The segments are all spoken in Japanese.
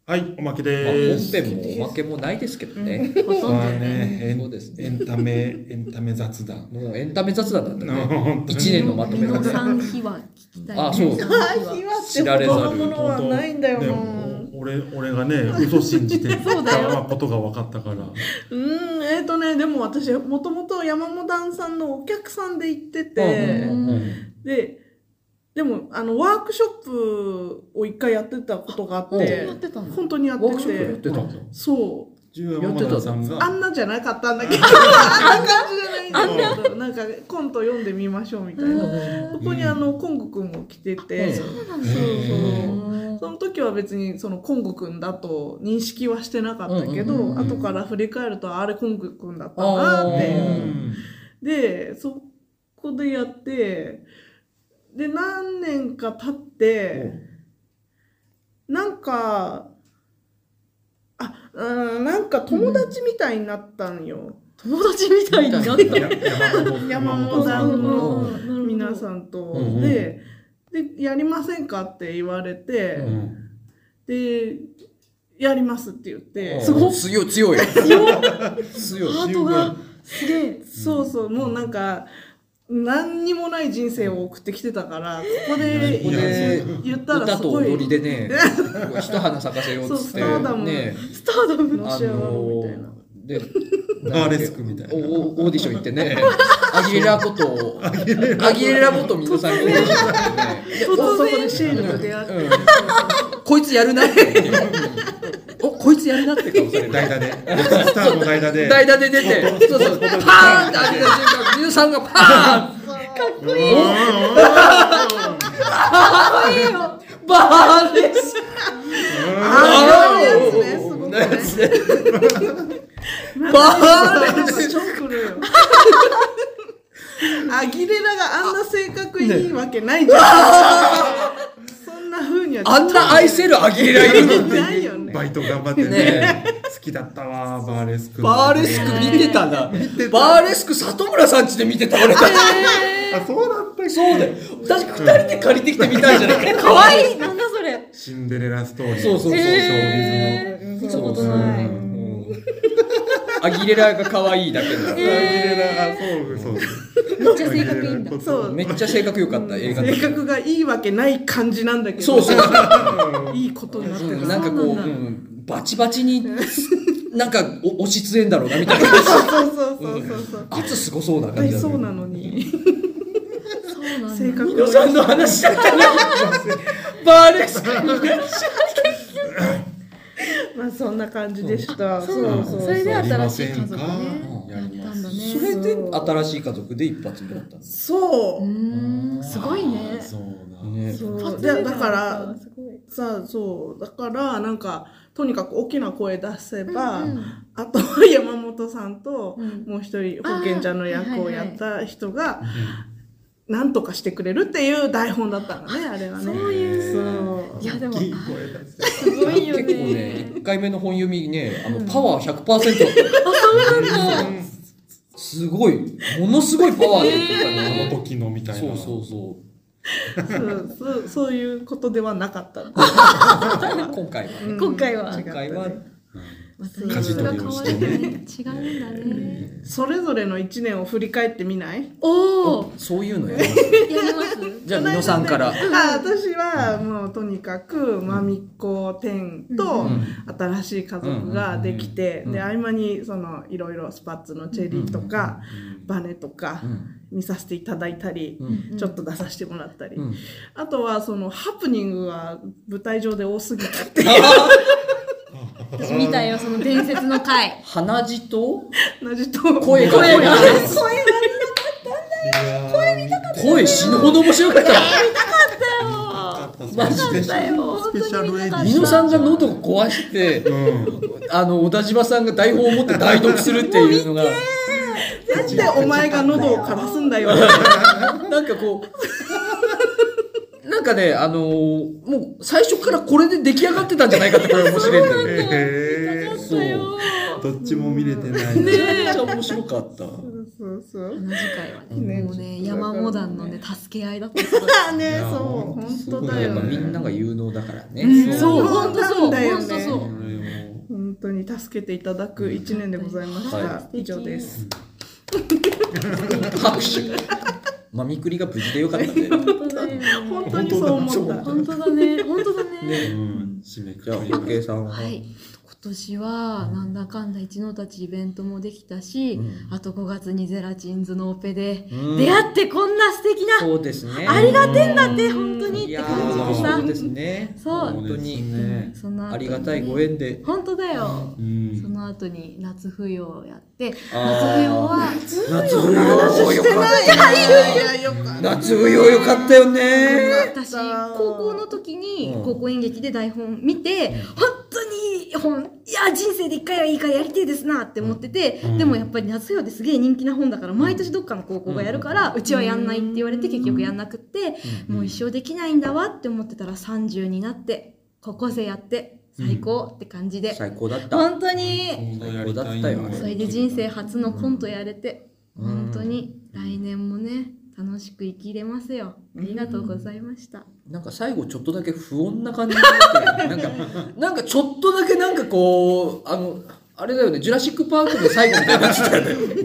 はい、おまけまあ、 で本す。 編もおまけもないですけどね。 ほとんどまあね。 ね、 そうですねエンタメ雑談。 もうエンタメ雑談だったね。 本当に 1年のまとめだね。 美濃さん秘話聞きたい。 あそう美濃さん秘話知られざる他のものはないんだよな。 ね俺がね、嘘信じてそうだよたことが分かったから。 でも私、もともと山本さんのお客さんで行ってて、でも、ワークショップを一回やってたことがあっ本当にてやってたんだ。 本当にやっワークショップやってて、 たんだ。 そう。 山本さんがあんなじゃなかったんだけど、あんな感じじゃないんだけど、なんかコント読んでみましょうみたいな。そこにコンゴくんも来てて、 そうなんだ。 その時は別にそのコンゴくんだと認識はしてなかったけど、後から振り返るとあれコンゴくんだったなっていう。で、そこでやって、で、何年か経って、なんか友達みたいになったんよ。 友達みたいになった。 山本さんの皆さんと。で、やりませんかって言われて、で、やりますって言って。 すごい強い。強い。 ハートがすげえ。 そうそう、もうなんか、何にもない人生を送ってきてたから、ここで言ったらすごい。 歌と踊りでね、一花咲かせようっつって。 スターダム。 スターダムのし上がろうみたいな。 で、 バーレスクみたいな。 オーディション行ってね、アギレラことミノさんにオーディション行ってね。 突然シールと出会って。 こいつやるなって。こいつやるなって顔されて。 代打で。スターの代打で。 代打で出て、そう、パーンって上げた瞬間、ミノさんがパーンかっこいい。かっこいいよ。 バーレスすごくね。 バーレス超来るよ。アギレラがあんな性格いいわけないじゃん。そんな風にはあんな愛せるアギレラいるのってないよね。 バイト頑張ってね。好きだったわ、バーレスク。 バーレスク見てたな。バーレスク里村さん家で見てた俺たち。 あ、そうだったっけ。 そうだよ。確か2人で借りてきてみたいじゃないか。 かわいい。なんだそれ。 シンデレラストーリー。 そう。 ショービズの。 見たことない。 アギレラが可愛いだけの。 アギレラ、そう。 めっちゃ性格いいんだ。 そう。 めっちゃ性格良かった映画。 性格がいいわけない感じなんだけど。 そう。 いいことになってる。 なんかこう、バチバチに、なんか押し強えんだろうなみたいな。 そう。 圧すごそうな感じだ。 そうなのに。 そうなんだ。 性格ミノさんの話だったね。バーレスク。 まあそんな感じでした。 それで新しい家族ね。 やります。 やったんだね。 それで新しい家族で一発目だったんです。 そう。 すごいね。 そうね。 そうだからさあそうだからなんかとにかく大きな声出せば、あとは山本さんともう一人保健ちゃんの役をやった人がなんとかしてくれるっていう台本だったのね、あれはね。 そういう。 そう。 いやでもいい声出して。 すごいよね。 結構ね、1回目の本読みね、パワー 100% だった。すごい、ものすごいパワーで言ってたね。 あの時のみたいな。 そういうことではなかった。 今回はね。 今回は。 舵取りをしてね。 違うんだね。 それぞれの1年を振り返ってみない？ おお。 そういうのやります。 やります。 じゃあ、美濃さんから。 私はもうとにかくまみっこ10と新しい家族ができて、で合間にそのいろいろスパッツのチェリーとかバネとか見させていただいたり、ちょっと出させてもらったり、あとはそのハプニングが舞台上で多すぎたっていう。 私見たよ、その伝説の回。 鼻血と声が声死ぬほど面白かった。 見たかったよ。 マジで。 スペシャルエディション。 美濃さんが喉を壊して、小田島さんが台本を持って代読するっていうのが。 なんでお前が喉を枯らすんだよ。 なんかこう。なんかね、もう最初からこれで出来上がってたんじゃないかってこれ面白いんだよね。 見たかったよ。 どっちも見れてない。 めっちゃ面白かった。 そうそうあの次回はねね、もうね、山モダンのね、助け合いだった。 ね、 いやそうほんと本当だやっぱよね。 みんなが有能だからね。 そう、 そう本当そう、 なんだよね本当そう。 本当に助けていただく一年でございました。 は以上です。 拍手。まみくりが無事でよかったね。 本当だよ。 本当にそう思った。 本当だね、本当だね。 締めくじゃあ、 くりゆうけいさんは。 はい。今年はなんだかんだ一のたちイベントもできたし、あと5月にゼラチンズのオペで出会ってこんな素敵な、 そうですね。 ありがてんだって本当にっていや感じでさ。 そうですね。 そう本当にね。 その後にねありがたいご縁で。 本当だよ。 うんその後に夏冬をやって、夏あー冬は夏冬よかった。 いやよかった。 夏冬よかったよね。 私高校の時にうん高校演劇で台本見て、本当にいや人生で一回はいいからやりてえですなって思ってて、でもやっぱり夏冬ってすげえ人気な本だから毎年どっかの高校がやるから、うちはやんないって言われて結局やんなくって、もう一生できないんだわって思ってたら30になって高校生やって最高って感じで、 最高だった。 本当に最高だったよ。 それで人生初のコントやれて、本当に来年もね楽しく生きれますよ。ありがとうございました。 なんか最後ちょっとだけ不穏な感じになってるなんかちょっとだけなんかこうあれだよね、ジュラシックパークの最後みたいになってたよ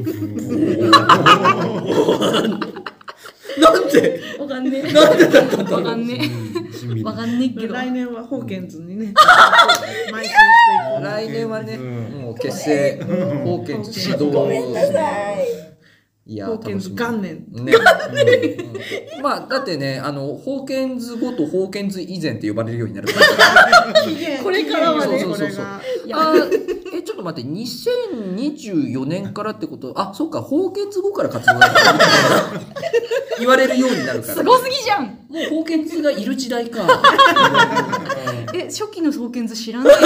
ね。なんでわかんねえ。 なんでだったんだろう。 わかんねえ。わかんねえけど。 来年はホーケンズにね、邁進していこう。 来年はね、 うんもう結成、ホーケンズ指導。ごめんなさい。いやホーケンズ元年。 ね、まあだってね、ホーケンズ後とホーケンズ以前って呼ばれるようになるからこれからはねそうそうそうそう。 いやちょっと待って、2024年からってこと、あ、そうか、ホーケンズ後から活動だからみたいな言われるようになるから。 すごすぎじゃん。 もうホーケンズがいる時代か。 初期の創建図知らない。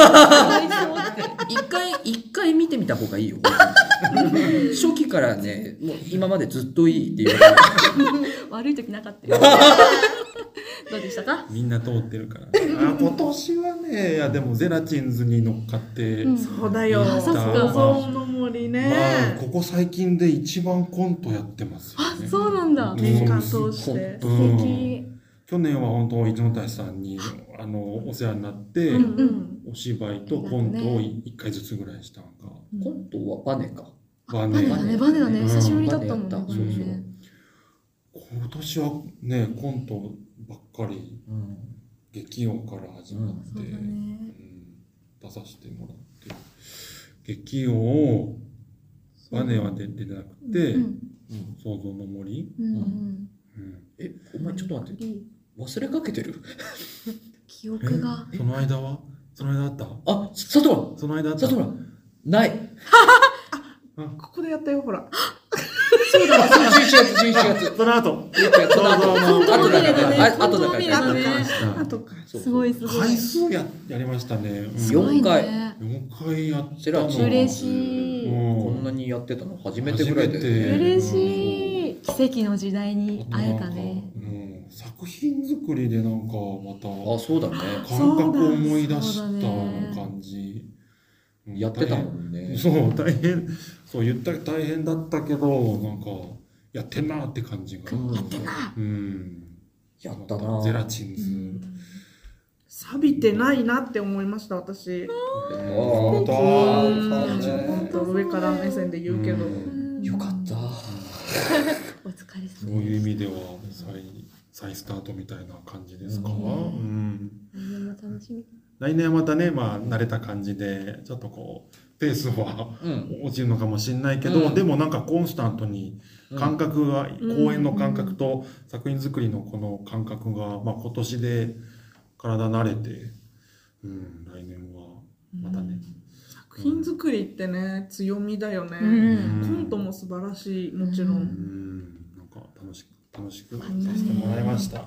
一回見てみた方がいいよ。初期からね、もう今までずっといいって言われる。 悪い時なかったよ。どうでしたか？ みんな通ってるから。今年はね、いやでもゼラチンズに乗っかって、 そうだよ。 あそっか想像の森ね。 まあここ最近で一番コントやってますよね。 そうなんだ。 年間通して。 素うん敵。 去年は本当一ノ谷さんにお世話になって、お芝居とコントを1回ずつぐらいしたのが、 コントはバネか。 ババネだね、バネだね。久しぶりだったもんね。 バネやったそうそうね今年はねコントばっかり、劇王から始まって、 そうだね。 出させてもらって劇王をバネは出てなくて、想像の森、 お前ちょっと待って、忘れかけてる？ 記憶が。 その間あったあ、佐藤その間あった佐藤ない。 ここでやったよ、ほら。 そうだ、11月。 その後その後だから後だからあとか。 すごいすごい。 回数やりましたね。 4回。 4回やったゼラチン嬉しい。 こんなにやってたの初めてぐらいで。 嬉しい。奇跡の時代に会えたね。 作品作りでなんかまたあ、そうだね。 感覚を思い出した感じ。 やってたもんね。 そう大変、そう言ったら大変だったけどなんかやってんなって感じが。 やってんな。 やったな。 ゼラチンズ。 錆びてないなって思いました私。 本当上から目線で言うけど。 よかった。 お疲れ様。 そういう意味では再スタートみたいな感じですか。 楽しみ。 来年はまたね、まあ慣れた感じでちょっとこうペースは落ちるのかもしれないけど、でもなんかコンスタントに感覚が、公演の感覚と作品作りのこの感覚が、まあ今年で体慣れて、来年はまたね。 作品作りってね強みだよね。コントも素晴らしいもちろん。 なんか楽しくさせてもらいました。はい。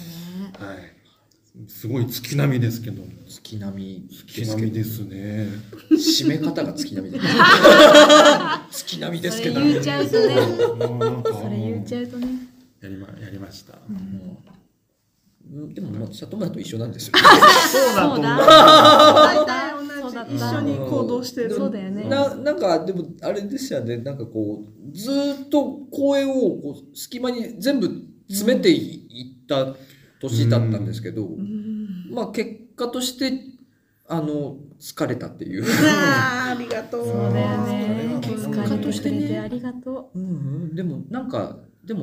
すごい月並みですけど。 月並みですね。 締め方が月並みで。月並みですけど。 それ言っちゃうとね。それ言っちゃうとね。 やりました。 でもまあ里村と一緒なんですよ。 そうだ。大体同じ。一緒に行動ししてる。 そうだよね。 なんかでもあれでしたね、なんかこうずーっと公演をこう隙間に全部詰めていった年だったんですけど、まあ結果として疲れたっていう。 ありがとう。 そうだよね。 結疲れ果としてねてくれてありがとでもなんか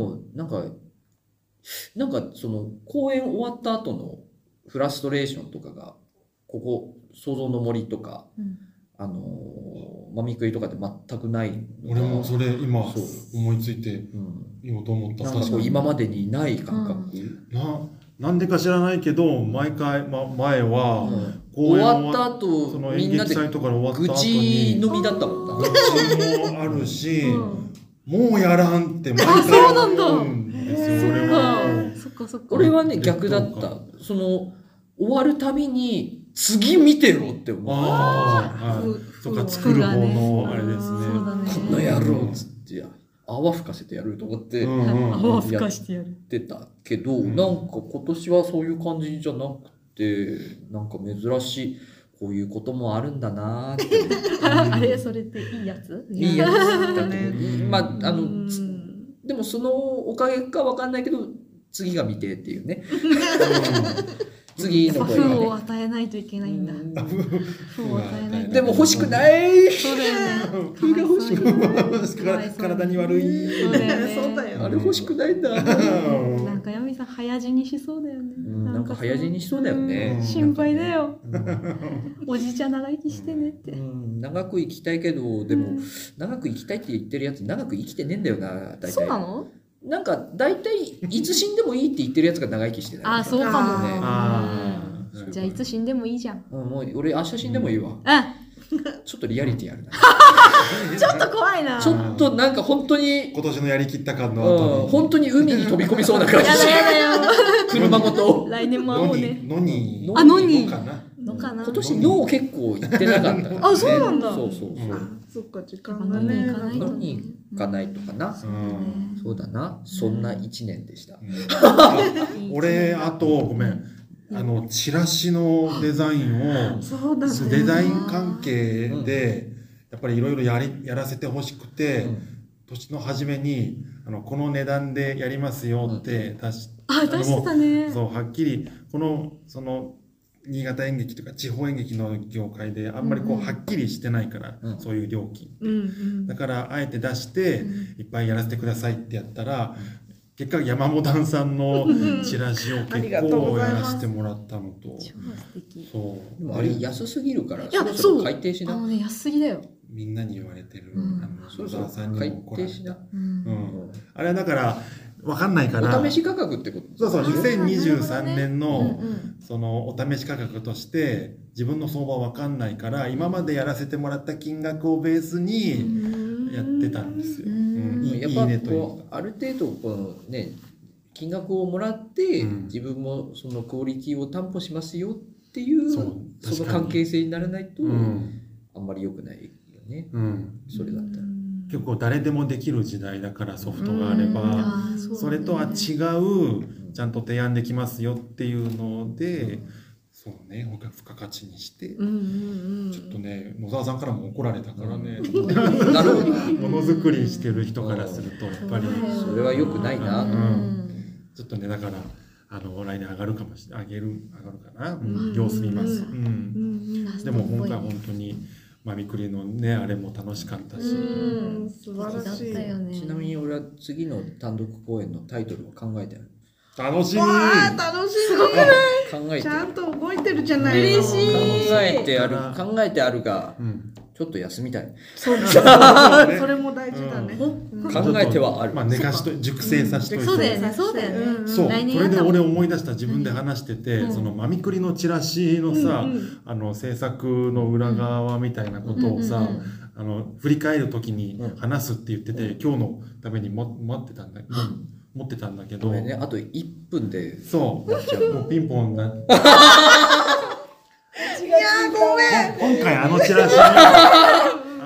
その公演終わった後のフラストレーションとかがここ想像の森とか、まみくいとかで全くないのが。 俺もそれ今そう思いついて言おうと思った。 なんかこう今までにない感覚。 なんでか知らないけど毎回、前は終わった後そのみんなで演劇祭とかで終わった後愚痴に飲みだったもんな。 愚痴もあるし、もうやらんって毎回思うんですよ。俺はう。そっかそっか。 俺はね逆だった。その終わるたびに次見てろって思った。 そっか作る方のあれですね。 こんなやろうっつって泡吹かせてやると思って泡吹かしてやるってたけど、なんか今年はそういう感じじゃなくて、なんか珍しいこういうこともあるんだなーってあれそれっていいやつ？ いいやつだね。まあでもそのおかげかわかんないけど次が見てっていうね。次の声がね。 負を与えないといけないんだ。負を与えない。 でも欲しくない。 そうだよね。 負が欲しくない。体に悪い。 そうだよね。 そうだよ。 あれ欲しくないんだ。 なんかヤミさん早死にしそうだよね。 なんか早死にしそうだよね。 心配だよ。おじいちゃん長生きしてねって。 長く生きたいけど、でも長く生きたいって言ってるやつ長く生きてねえんだよな。大体。 そうなの？ なんか大体いつ死んでもいいって言ってるやつが長生きしてない。 あ、そうかもね。じゃあいつ死んでもいいじゃん。 もう俺明日死んでもいいわ。ちょっとリアリティあるな。 ちょっと怖いな。 ちょっとなんか本当に今年のやりきった感の後に本当に海に飛び込みそうな感じ。 やだやだよ。 車ごと。 来年も会おうね。 のにかな。今年脳結構行ってなかったからね。 あ、そうなんだ。 そうそうそう。 そっか時間がね。 飲みに行かないとかな。そうだな。そんな一年でした。 俺あとごめん。チラシのデザインをデザイン関係でやっぱりいろいろやらせてほしくて、年の初めにこの値段でやりますよって出してたね。 そうはっきりその新潟演劇とか地方演劇の業界であんまりこうはっきりしてないから、そういう料金、だからあえて出していっぱいやらせてくださいってやったら、結果山モダンさんのチラシを結構やらせてもらったのと、 そうでもあれ安すぎるからそろそろ改定しな。 安すぎだよ。 みんなに言われてるそろそろ改定しな。 あれはだから分かんないからお試し価格ってこと。 そう2023年のそのお試し価格として自分の相場分かんないから今までやらせてもらった金額をベースにやってたんですよ。 やっぱこうある程度このね金額をもらって自分もそのクオリティを担保しますよっていうその関係性にならないとあんまり良くないよね。それだったら。 結構誰でもできる時代だからソフトがあればそれとは違うちゃんと提案できますよっていうのでそうね付加価値にしてちょっとね野沢さんからも怒られたからねなるほどものづくりしてる人からするとやっぱりそれは良くないな。 ちょっとねだから来年上がるかな様子見ます。でも今回本当にまみくりのねあれも楽しかったし素晴らしい。 ちなみに俺は次の単独公演のタイトルを考えてある。 楽しみ。 楽しみ。 考えてちゃんと動いてるじゃない。 嬉しい。 考えてあるがちょっと休みたい。 それも大事だね。 考えてはある。 寝かしと熟成させといて。 そうだよね。そうだよね。 そう。それで俺思い出した自分で話してて、そのまみくりのチラシのさ、制作の裏側みたいなことをさ、振り返るときに話すって言ってて、今日のために持ってたんだけど。 これね、あと1分で。 そう。もうピンポンな。 いやごめん。 今回チラシ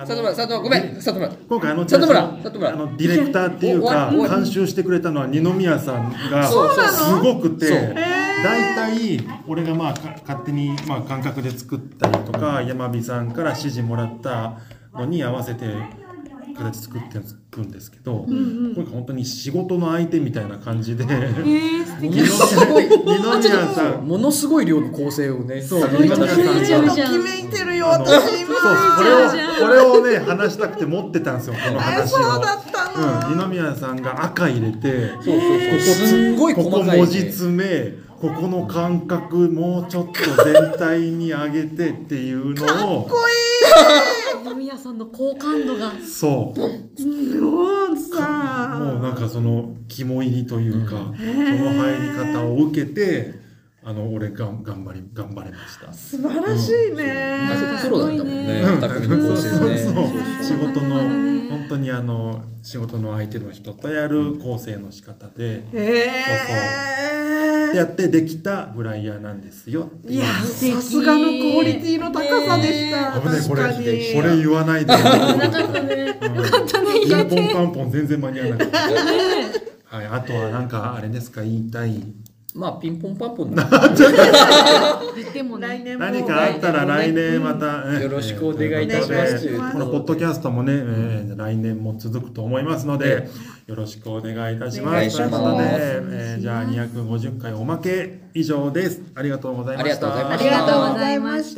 里村ごめん里村今回里村ディレクターっていうか監修してくれたのは二宮さんがすごくて、大体俺がまあ勝手にまあ感覚で作ったりとか、山火さんから指示もらったのに合わせて形作っていくんですけど、今回本当に仕事の相手みたいな感じで、二宮さんものすごい量の構成をね、 そう二宮さんがときめいてるよ私今。 これをね話したくて持ってたんですよ、この話を。 そうだったの。 二宮さんが赤入れて、 すごいここ細かい文字詰め、ここの感覚もうちょっと全体に上げてっていうのを。 かっこいい。 二宮さんの好感度がそうもうさ、 もうなんかその肝入りというか、その入り方を受けて俺が頑張れました。 素晴らしいね。 プロだったもんね、匠の構成ね。 仕事の本当に仕事の相手の人とやる構成の仕方で、やってできたフライヤーなんですよ。 いやさすがのクオリティの高さでした。 こ確れ言わないで。 なかったね。よかったね。 ピンポンパンポン全然間に合わなかった。はい、あとはなんかあれですか、言いたい。 まあピンポンパンポンだ。 でも来年も何かあったら来年またよろしくお願いいたします。 このポッドキャストもね、来年も続くと思いますので、よろしくお願いいたします。ということで、じゃあ250回おまけ以上です。ありがとうございました。 ありがとうございました。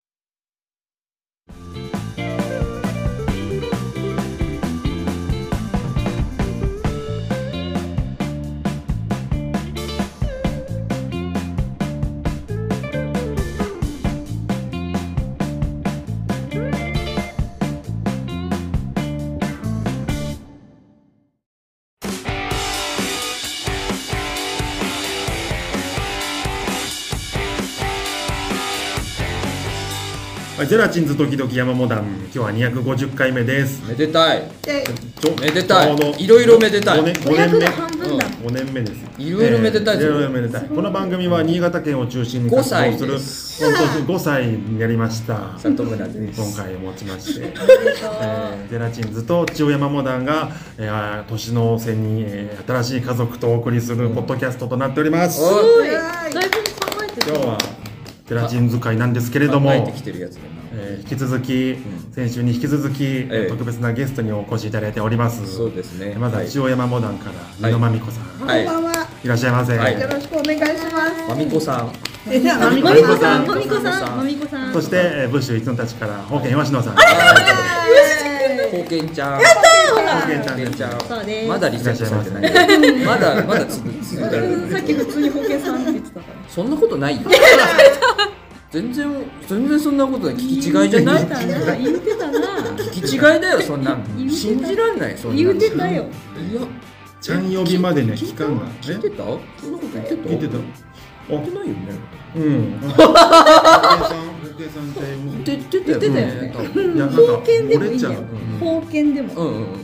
ゼラチンズ時々山モダン、今日は250回目です。 めでたい。めでたちょうどい。いろいろめでたい。 5年目5年目です。 いろいろめでたいです。 いろいろめでたい。この番組は新潟県を中心に活動する本当に5歳になりました里村です。 今回をもちましてゼラチンズと千代山モダンが年の瀬に新しい家族とお送りするポッドキャストとなっております。 だいぶ考えてる。 今日はゼラチンズ会なんですけれども、 考えてきてるやつだな。 引き続き、先週に引き続き、特別なゲストにお越しいただいております。 そうですね。 まずは千代山モダンから美濃まみこさん、 こんばんは。 いらっしゃいませ。 よろしくお願いします。 まみこさん。 まみこさん。 そしてブッシュいつのたちから宝剣吉野さん。 宝剣ちゃん。 宝剣ちゃん。 そうです。 まだリセットされてない。まだ続く。 さっき普通に宝剣さんって言ってたから。 そんなことないよ。全然そんなことない。聞き違いじゃない。 言ってたな。 聞き違いだよ、そんな信じられない。そんな言ってたよ。 いや、 ちゃん呼びまでね期間が聞いてた？そんなこと言ってた？ 聞いてた。 言ってないよね。 宝剣さんって言ってたよね。 宝剣でもいいんだよ。宝剣でも。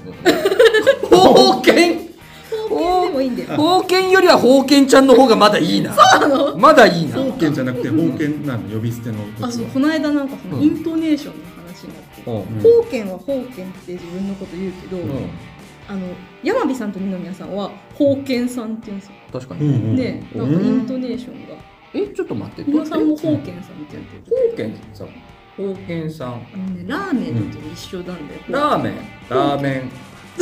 宝剣でもいいんだよ。 宝剣よりは宝剣ちゃんの方がまだいいな。そうなの？まだいいな。 宝剣じゃなくて宝剣なの、呼び捨ての。 この間なんかそのイントネーションの話になって、宝剣は宝剣って自分のこと言うけど、山火さんと二宮さんは宝剣さんって言うんですよ。 確かに。 で、なんかイントネーションが。 ちょっと待って。 皆さんも宝剣さんってやってる。 宝剣さん。宝剣さん。 ラーメンと一緒なんだよ。 ラーメン。ラーメン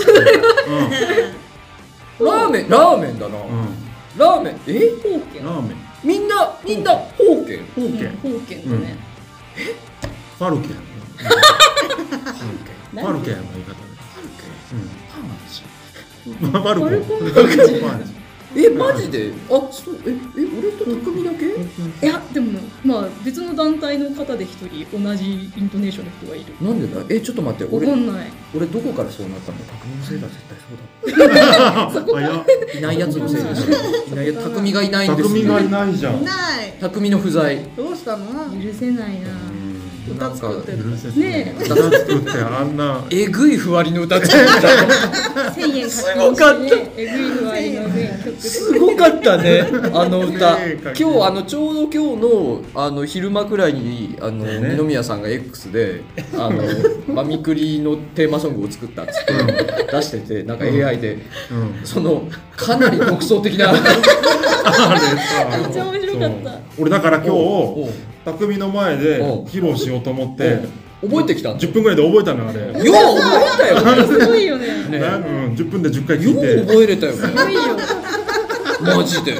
だな。ラーメン。 宝剣。 ラーメン。 みんな宝剣。 宝剣だね。 ファルケン。ファルケンの言い方で。ファルケン。 マジで？あ、そう。俺と匠だけ？ いや、でもまあ別の団体の方で一人同じイントネーションの人がいる。 なんでだ？ちょっと待って。 わかんない。 俺どこからそうなったの？匠のせいだ、絶対そうだ。いないやつのせいでしょ。いないやつ、匠がいないんです。 匠がいないじゃん。 匠の不在。 どうしたの？ 許せないな。 歌作ってるね歌作ってあんなえぐいふわりの歌作った 1000円すごかったえぐい具合のね曲すごかったねあの歌ね今日ちょうど今日の昼間くらいに二宮さんが X でマミクリのテーマソングを作ったっつって出しててなんか AI でそのかなり独創的なめっちゃ面白かった俺だから今日匠の前で披露しようと思って覚えてきたん 10分ぐらいで覚えたのあれよう覚えたよねすごいよね 10分で10回聞いようて覚えれたよねすごいよマジで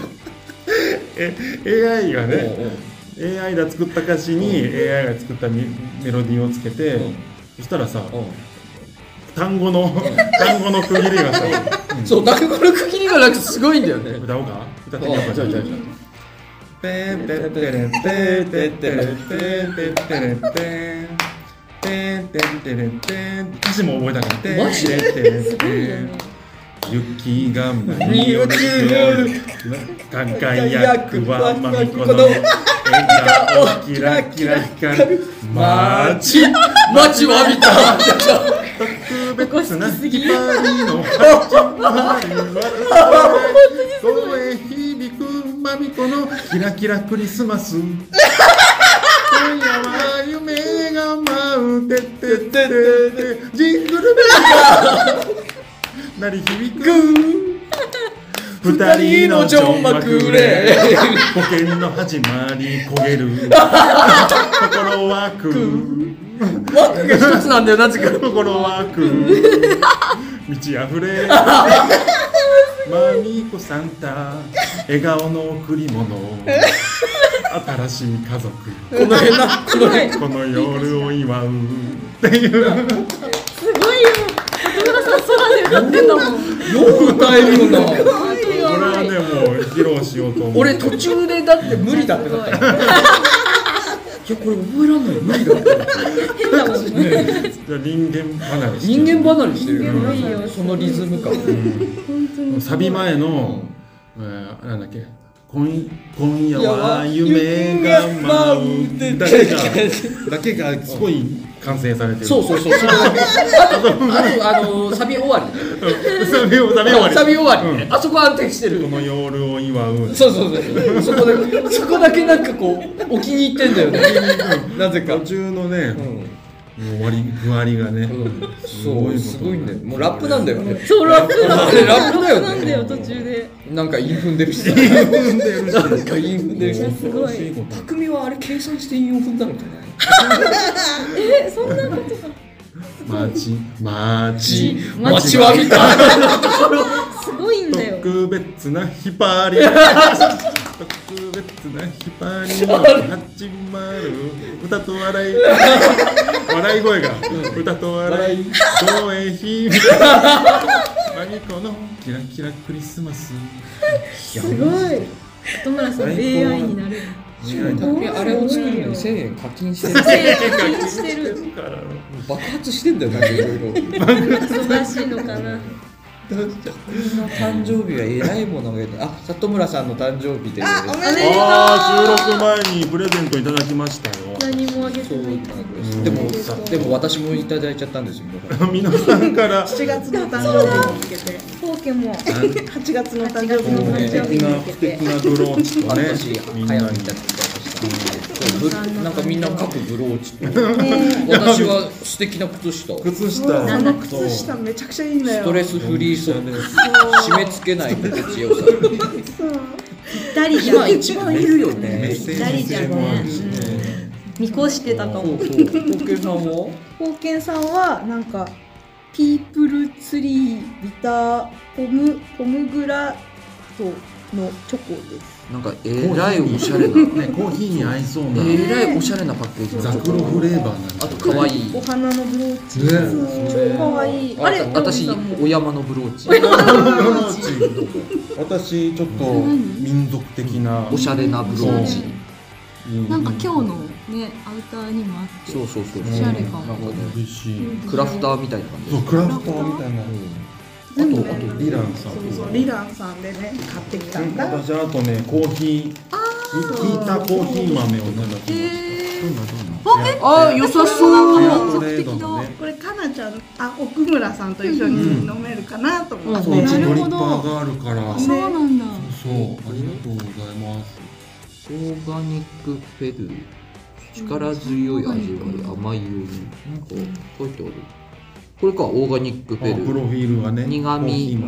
AI がねAI が作った歌詞に AI が作ったメロディーをつけてそしたらさ単語の区切りがさそう単語の区切りがなんかすごいんだよね歌おうか歌ってみようかじゃあペンペンペレンペンペンペレンペンペンペレンペンペンペンペレンペン歌詞も覚えたからペンマジでペレンペン雪が舞い降りる輝くはまみこの笑顔キラキラ光る街は見た特別な光の始まりは声響くまみこのキラキラクリスマス今夜は夢が舞うてってってってジングルベルが鳴り響く二人のちょんまくれ保険の始まり焦げる心はくワクが一つなんだよなぜか心はく満ち溢れマミコサンタ笑顔の贈り物新しい家族この辺なこの夜を祝うっていうすごいよ中村さん空で歌ってんだもんよう歌えるよな俺はねもう披露しようと思って俺途中でだって無理だってなったいやこれ覚えらんない無理だって変だもんねじゃあ人間離れして人間離れしてるよすごいよそのリズム感本当にサビ前の、なんだっけ今夜は夢が舞うだけがすごい完成されてるそうそれだけあとサビ終わりサビ終わりあそこ安定してるこの夜を祝うそうそこだけなんかこうお気に入ってんだよねなぜか途中のね、終わり具合がね、 そうすごいんだよもうラップなんだよねそうラップだあれラップだよねなんだよ途中でなんか韻踏んでるしなんか韻踏んでるしすごい匠はあれ計算して韻を踏んだのかなそんなことか街は見たすごいんだよ特別な光特別な光の始まる歌と笑い声が歌と笑い声響くマミコのキラキラクリスマスすごい里村さん AI になれるあれを作るのに1000円課金してるしてる爆発してんだよなんかいろいろ忙しいのかな匠の誕生日はえらいものが里村さんの誕生日でおめでとう収録前にプレゼントいただきましたよ何もあげてないでも私もいただいちゃったんですよ皆さんから 7月の誕生日に向けてポーケも 8月の誕生日の誕生日に向け素て敵なブローチとねみんなになんかみんな各ブローチ私は素敵な靴下靴下その靴下めちゃくちゃいいんだよストレスフリーソー締め付けない心地よさぴったりじゃん今一番いるよねぴったりじゃんね見越してたかもポッケさんはポーケンさんはなんかピープルツリービターポムグラートのチョコですなんかえらいおしゃれなコーヒーに合いそうなえらいおしゃれなパッケージザクロフレーバーなんあと可愛いお花のブローチね超可愛い私お山のブローチ私ちょっと民族的なおしゃれなブローチなんか今日のねアウターにもあってそうおしゃれかもなんか嬉しいクラフターみたいな感じそうクラフターみたいなあとリランさんそうリランさんでね買ってきたんだ私あとねコーヒーひいたコーヒー豆をいただきましあ、良さそう。 フェアトレードのね。 これかなちゃん、奥村さんと一緒に飲めるかなと思って。 そう、うちドリッパーがあるから。 そうなんだ。 そう、ありがとうございます。 オーガニックペルー、力強い味わい、甘いように、なんか書いてある。これか、オーガニックペルー。 プロフィールがね。 苦味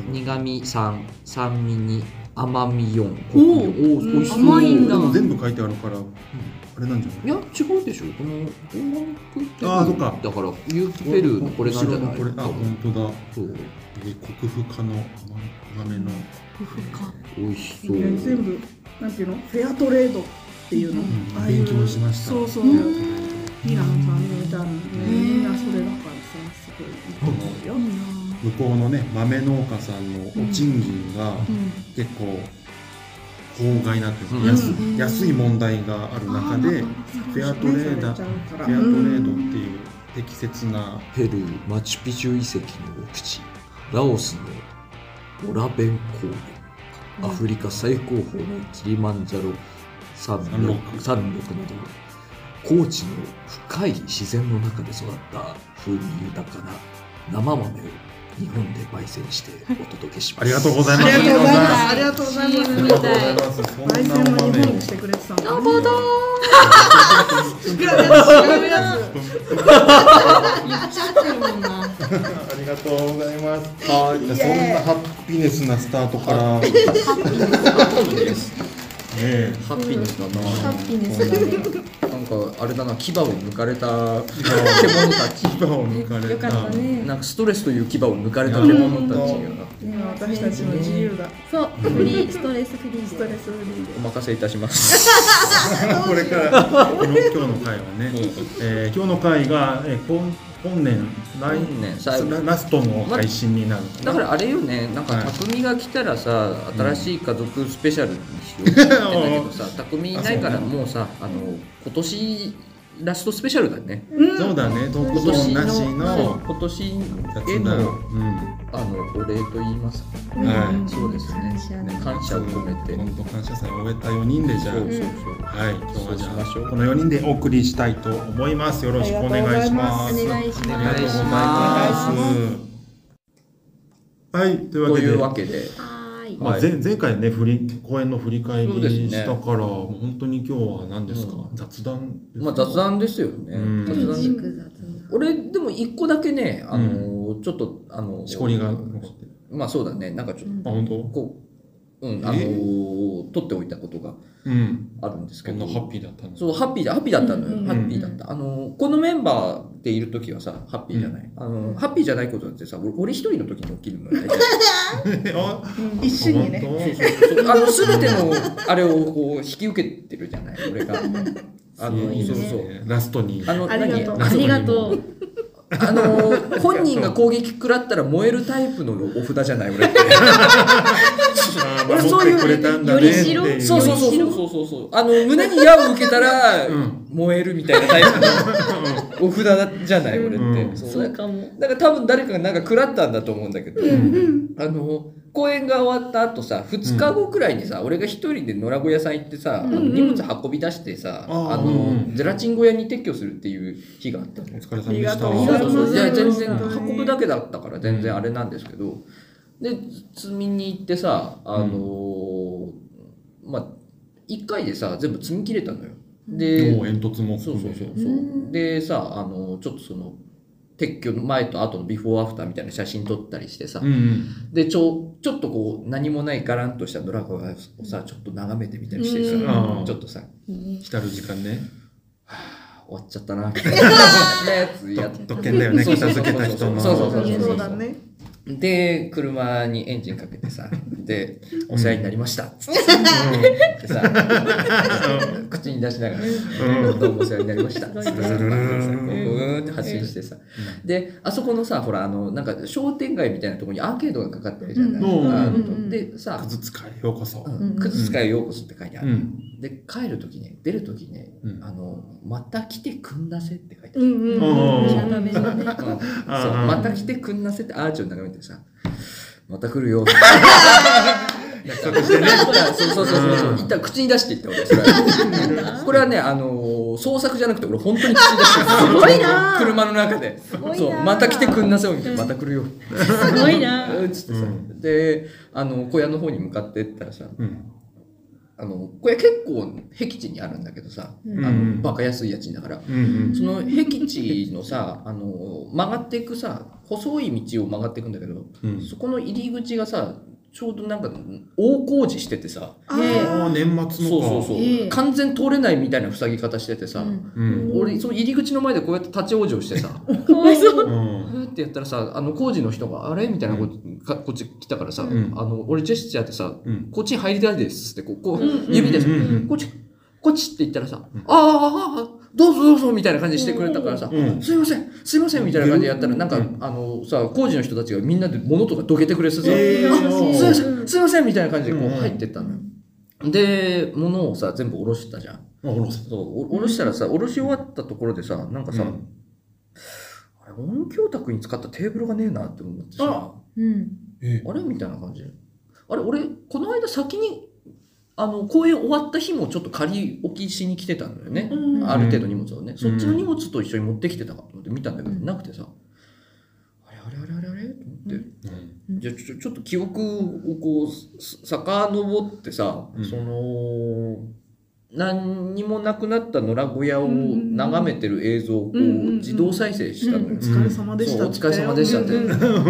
3、酸味2、甘み4。 おお、美味しそう。 甘いんだ。 でも全部書いてあるから、あれなんじゃない？ いや、違うでしょ。このオーガニックペルー。 あ、そっか。 だから、有機ペルーのこれなんじゃない？ これ、あ、本当だ。 そう。 克服家の甘めの。 美味しそう。 全部なんていうの、フェアトレードっていうの。 勉強しました。 そうそう。ピーランさんみたいなね、みんなそれだからさ、すごいいいと思うよ。 向こうのね、豆農家さんのお賃金が結構法外なというか、安い問題がある中でフェアトレードっていう適切な。 ペルーマチュピチュ遺跡の奥地、ラオスのオラベン高原、アフリカ最高峰のキリマンジャロ山麓など、高地の深い自然の中で育った風味豊かな生豆を日本で焙煎してお届けします。 ありがとうございます。 ありがとうございます。焙煎も日本にしてくれてたんだね。なるほど。違うやつ。 言っちゃってるもんな。 ありがとうございます。はい。そんなハッピネスなスタートから。 ハッピネス。ハッピネスだな。 ハッピネスだね。 なんかあれだな、牙を抜かれた獣たち。 牙を抜かれた。 よかったね。 なんかストレスという牙を抜かれた獣たちが。 私たちの自由だ。 そう、フリー、ストレスフリー。 ストレスフリーで。 お任せいたします。 これから今日の回はね、今日の回が本年ラストの配信になる。 だからあれよね、なんか匠が来たらさ、新しい家族スペシャルにしようって言ってんだけどさ、匠いないからもうさ、今年ラストスペシャルだね。 そうだね、トークゾーンなしの今年へのお礼と言いますか。そうですね。感謝を込めて。 本当感謝祭を終えた4人でじゃあ、はい、今日はじゃあこの4人でお送りしたいと思います。よろしくお願いします。 お願いします。 ありがとうございます。はい、というわけで。前回ね公演の振り返りしたから、本当に今日は何ですか、雑談。 まあ雑談ですよね。俺でも一個だけね、ちょっとしこりがまあそうだね、なんかちょっとこう取っておいたことがあるんですけど、 ハッピーだったの。 そう、ハッピーだったのよ。ハッピーだった。このメンバーでいる時はさ、ハッピーじゃない。ハッピーじゃないことだってさ、俺一人の時に起きるのよ。 一瞬にね。 全てのあれをこう引き受けてるじゃない、俺が。そうラストに。 ありがとう。 本人が攻撃食らったら燃えるタイプのお札じゃない俺って。 俺そういうよりしろ。 そう胸に矢を受けたら燃えるみたいなタイプのお札じゃない俺って。 そうかも。 だから多分誰かがなんか食らったんだと思うんだけど、公演が終わった後さ、2日後くらいにさ、俺が一人で野良小屋さん行ってさ、荷物運び出してさ、ゼラチン小屋に撤去するっていう日があったの。 お疲れ様でした。 いや全然運ぶだけだったから全然あれなんですけど、で積みに行ってさ、まあ1回でさ全部積み切れたのよ。で煙突もそうでさ、ちょっとその撤去の前と後のビフォーアフターみたいな写真撮ったりしてさ、でちょっとこう何もないガランとしたドラゴンをさちょっと眺めてみたりしてさ、ちょっとさ浸る時間ね、 終わっちゃったなみたいなやつやって特権だよね、片付けた人の。 そうだね。 で車にエンジンかけてさ、でお世話になりましたっつってさ、口に出しながらどうもお世話になりましたっつってさ、ブーンって発信してさ、であそこのさ、ほらなんか商店街みたいなところにアーケードがかかってるじゃない。でさ、 くずつかへようこそ、 くずつかへようこそって書いてある。で帰る時ね、出る時ね、また来てくんなせって書いてある。また来てくんなせってアーチを眺めてさ、また来るよ約束してね。 そう。一旦口に出していった俺、それ。これはね、創作じゃなくて俺本当に口に出してた。 すごいな。 車の中で。そう、また来てくんなさいみたいな。また来るよ。 すごいな。 つってさ。で、小屋の方に向かってったらさ、これ結構僻地にあるんだけどさ、バカ安い家賃だから、その僻地のさ、曲がっていくさ、細い道を曲がっていくんだけど、そこの入り口がさ、ちょうどなんか大工事しててさ、 年末のか、 そう完全通れないみたいな塞ぎ方しててさ、俺その入り口の前でこうやって立ち往生してさ、 かわいそう。 ってやったらさ、工事の人があれみたいなこっち来たからさ、俺ジェスチャーってさ、こっちに入りたいですってこう指でさ、こっちって言ったらさ、どうぞみたいな感じしてくれたからさ、すいませんみたいな感じでやったら、なんかさ、工事の人たちがみんなで物とかどけてくれてさ、すいませんみたいな感じでこう入ってったのよ。で、物をさ、全部下ろしたじゃん。下ろしたらさ、下ろし終わったところでさ、なんかさ、音響卓に使ったテーブルがねえなって思ってさ、あれみたいな感じ。あれ、俺、この間先に、公演終わった日もちょっと仮置きしに来てたんだよね。ある程度荷物をね。そっちの荷物と一緒に持ってきてたかと思って見たんだけど、なくてさ、あれと思って、じゃあちょっと記憶をこう、遡ってさ、何にもなくなった野良小屋を眺めてる映像をこう自動再生したのよ。 お疲れ様でした。 お疲れ様でしたって。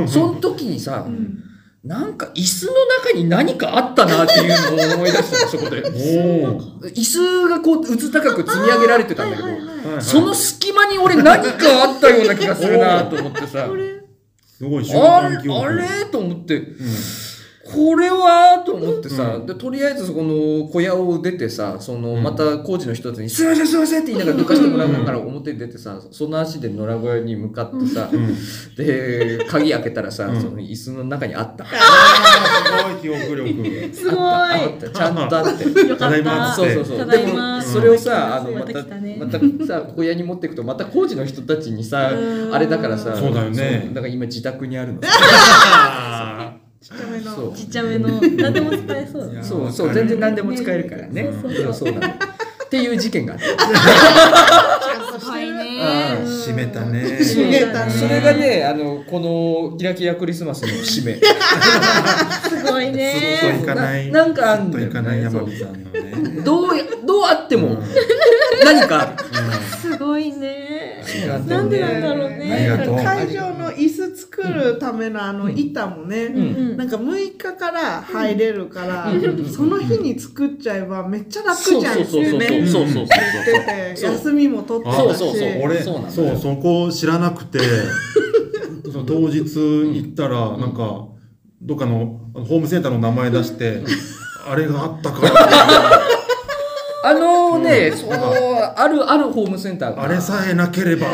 その時にさ、なんか椅子の中に何かあったなっていうのを思い出したの、そこで。椅子がこう、うつ高く積み上げられてたんだけど、その隙間に俺何かあったような気がするなと思ってさ。 すごい瞬間記憶。 あれと思って、これはと思ってさ、で、とりあえずそこの小屋を出てさ、また工事の人たちに、すいませんって言いながら抜かしてもらうから表に出てさ、その足で野良小屋に向かってさ、で、鍵開けたらさ、その椅子の中にあった。 すごい記憶力。 すごい。 ちゃんとあって。 よかった。 そう。でも、それをさ、またさ、小屋に持っていくと、また工事の人たちにさ、あれだからさ、 そうだよね。 だから今自宅にあるの。 ちっちゃめの何でも使えそうだ。 そう全然何でも使えるからね。そうなの。っていう事件があった。 すごいね。 締めたね。 それがね、このキラキラクリスマスの締め。 すごいね。 すっといかない。 なんかあんだよね。山火さんのね。 どうあっても何かある。 すごいね。 なんでなんだろうね。 会場の椅子作るための板もね、なんか6日から入れるから、その日に作っちゃえばめっちゃ楽じゃんってね。 そう。 休みも取ってたし。 俺、そこ知らなくて、当日行ったら、なんか、どっかのホームセンターの名前出して、あれがあったから。 あるホームセンターが。 あれさえなければ。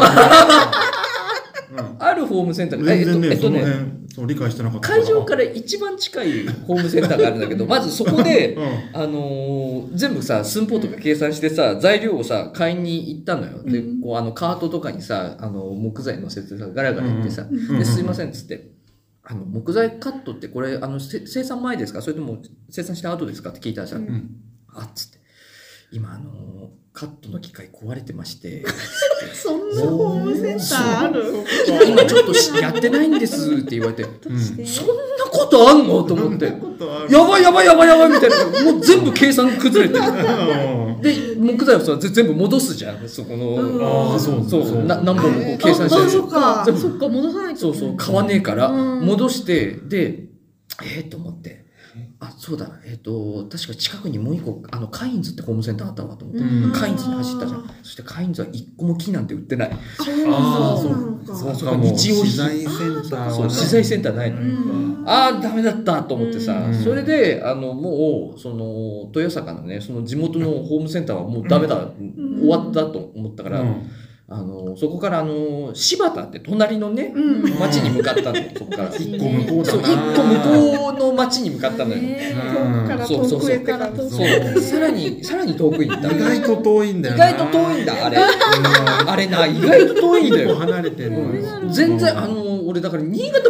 あるホームセンターが。 全然ね、その辺、理解してなかった。 会場から一番近いホームセンターがあるんだけど、まずそこで、全部さ、寸法とか計算してさ、材料をさ、買いに行ったのよ。で、こう、カートとかにさ、木材乗せてさ、ガラガラ行ってさ、で、すいませんっつって、木材カットってこれ、生産前ですかそれとも生産した後ですかって聞いたらさ、あっつって。今カットの機械壊れてましてそんなホームセンターある今ちょっとやってないんですって言われて、そんなことあんのと思ってやばいみたいな、もう全部計算崩れてるで木材をさ全部戻すじゃん、そこのそう何本もこう計算してそっか戻さないとそう買わねえから戻してでと思ってそうだ、確か近くにもう一個、カインズってホームセンターあったわと思って、カインズに走ったじゃん。そしてカインズは一個も木なんて売ってない。 そう日用資材センターは資材センターないの。ダメだったと思ってさ、それで、もう、豊坂のね、その地元のホームセンターはもうダメだ、終わったと思ったから、そこから柴田って隣のね、町に向かったの。そこから一個向こうだな。 そう、一個向こうの町に向かったのよ。 遠くから遠くへって感じ。 そう、さらに遠くに行った。 意外と遠いんだよ。 意外と遠いんだ、あれ。あれな、意外と遠いんだよ。 離れてるの。 全然、俺だから新潟戻ってく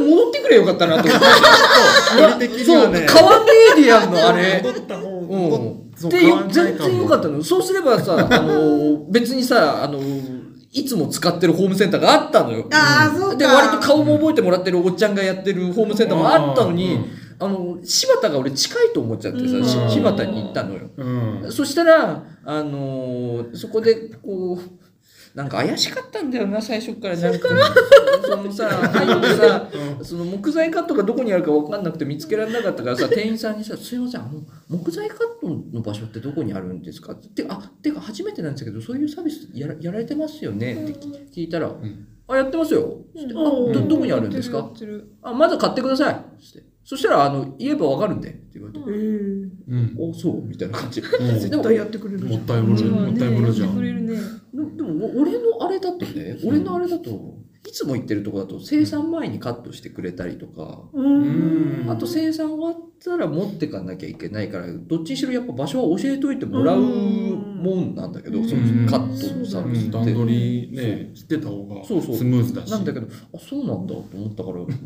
くれよかったなと思って。 そう、 川メディアンのあれ。 戻った方で、全然よかったの。そうすればさ、別にさ、いつも使ってるホームセンターがあったのよ。で、割と顔も覚えてもらってるおっちゃんがやってるホームセンターもあったのに、柴田が俺近いと思っちゃってさ、柴田に行ったのよ。そしたら、そこで、こう、なんか怪しかったんだよな、最初から。なんか、そのさ、入ってさ、その木材カットがどこにあるか分かんなくて見つけられなかったからさ、店員さんにさ、すいません、木材カットの場所ってどこにあるんですかって、てか初めてなんですけど、そういうサービスやられてますよねって聞いたら、やってますよ。どこにあるんですか？まず買ってください。そしたら、言えば分かるんで、って言われて。そうみたいな感じ。 絶対やってくれる。 もったいぶるじゃん。 でも、俺のあれだと、いつも行ってるとこだと、生産前にカットしてくれたりとか、あと生産終わったら持ってかなきゃいけないから、どっちにしろやっぱ場所は教えといてもらうもんなんだけど、そのカットのサービスって。 段取りね、知ってた方がスムーズだし。 なんだけど、そうなんだと思ったから、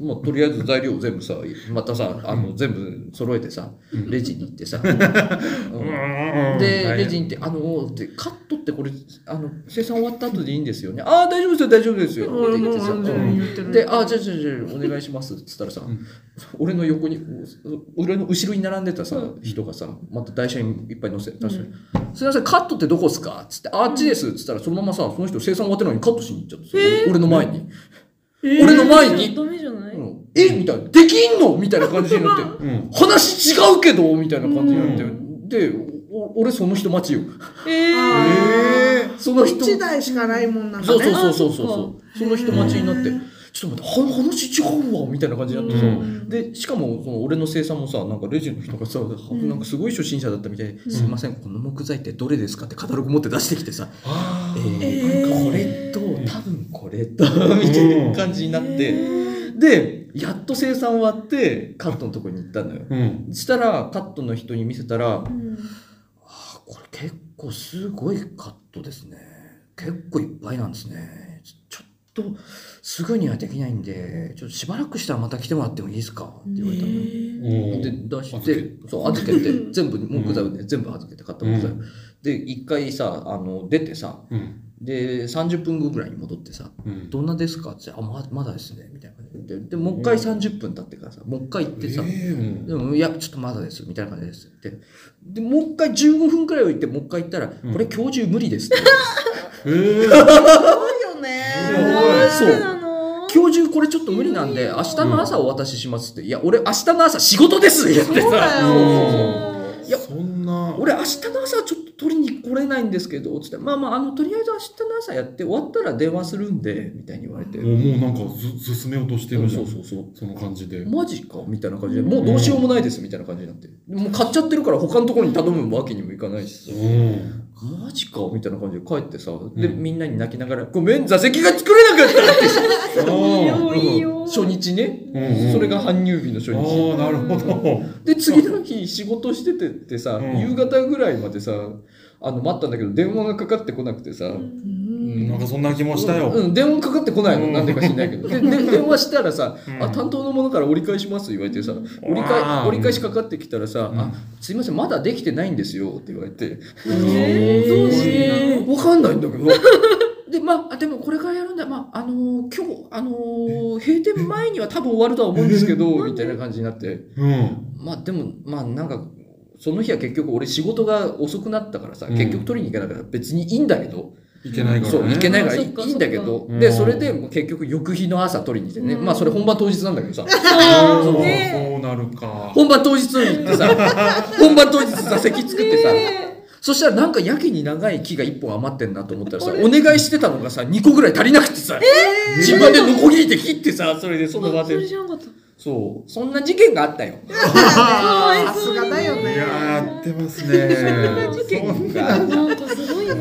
とりあえず材料を全部さ、またさ、全部揃えてさ、レジに行ってさ、で、レジに行って、カットってこれ、生産終わった後でいいんですよね。大丈夫ですよ、大丈夫ですよ。って言ってさ、で、じゃあ、お願いしますって言ったらさ、俺の横に、俺の後ろに並んでたさ、人がさ、また台車にいっぱい乗せて、すいません、カットってどこっすかっつって、あっちですっつったら、そのままさ、その人生産終わってるのにカットしに行っちゃってさ、俺の前に。俺の前に、 ダメじゃない？ みたいな、できんのみたいな感じになって、話違うけどみたいな感じになって、で、俺その人待ちよ。 その人1台しかないもんなんだね。 そう。その人待ちになって、ちょっと待って、話違うわみたいな感じになってさ、で、しかも、その俺の生産もさ、なんかレジの人がさ、なんかすごい初心者だったみたいで、すいません、この木材ってどれですかってカタログ持って出してきてさ、これと、多分これと、みたいな感じになって、で、やっと生産終わって、カットのとこに行ったのよ。そしたら、カットの人に見せたら、これ結構すごいカットですね。結構いっぱいなんですね。ちょっとすぐにはできないんで、ちょっとしばらくしたらまた来てもらってもいいですかって言われたの。で、出して、預けて、全部木材をね、全部預けて買った木材を。で、一回さ、出てさ、で、30分後ぐらいに戻ってさ、どんなですかって言って、まだですね、みたいな感じで。で、もう一回30分経ってからさ、もう一回行ってさ、でも、いや、ちょっとまだです、みたいな感じですって。で、もう一回15分くらいを行って、もう一回行ったら、これ今日中無理ですって。 すごいよね。 そう。今日中これちょっと無理なんで、明日の朝お渡ししますって。いや、俺明日の朝仕事ですって言ってさ。いや、 そんな。 俺明日の朝ちょっと取りに来れないんですけど、つって、とりあえず明日の朝やって終わったら電話するんで、みたいに言われて。 もうなんか進めようとしてるじゃん。そう。その感じで。 マジかみたいな感じで、もうどうしようもないです、みたいな感じになって。もう買っちゃってるから他のところに頼むわけにもいかないしさ。マジかみたいな感じで帰ってさ、で、みんなに泣きながら、ごめん、座席が作れなかったってさ。いいよ。初日ね。それが搬入日の初日。 なるほど。 で、次の日仕事しててってさ、夕方ぐらいまでさ、待ったんだけど、電話がかかってこなくてさ、 なんかそんな気もしたよ。 電話かかってこないの、なんでか知んないけど。で、電話したらさ、担当の者から折り返します言われてさ、折り返しかかってきたらさ、すいません、まだできてないんですよって言われて。どうしてわかんないんだけど。で、でもこれからやるんだ。今日、閉店前には多分終わるとは思うんですけど、みたいな感じになって。でも、なんか、その日は結局俺仕事が遅くなったからさ、結局取りに行けなかったら別にいいんだけど、 いけないからね。 そう、いけないからいいんだけど、で、それで結局翌日の朝取りに行ってね、それ本番当日なんだけどさ。 そうなるか。 本番当日に行ってさ、本番当日座席作ってさ、そしたらなんかやけに長い木が1本余ってんなと思ったらさ、お願いしてたのがさ、2個ぐらい足りなくてさ、自分でノコギリで切ってさ、それでその場で。そう、そんな事件があったよ。 さすがだよね。 やってますね。 そんな事件が。 なんかすごいね。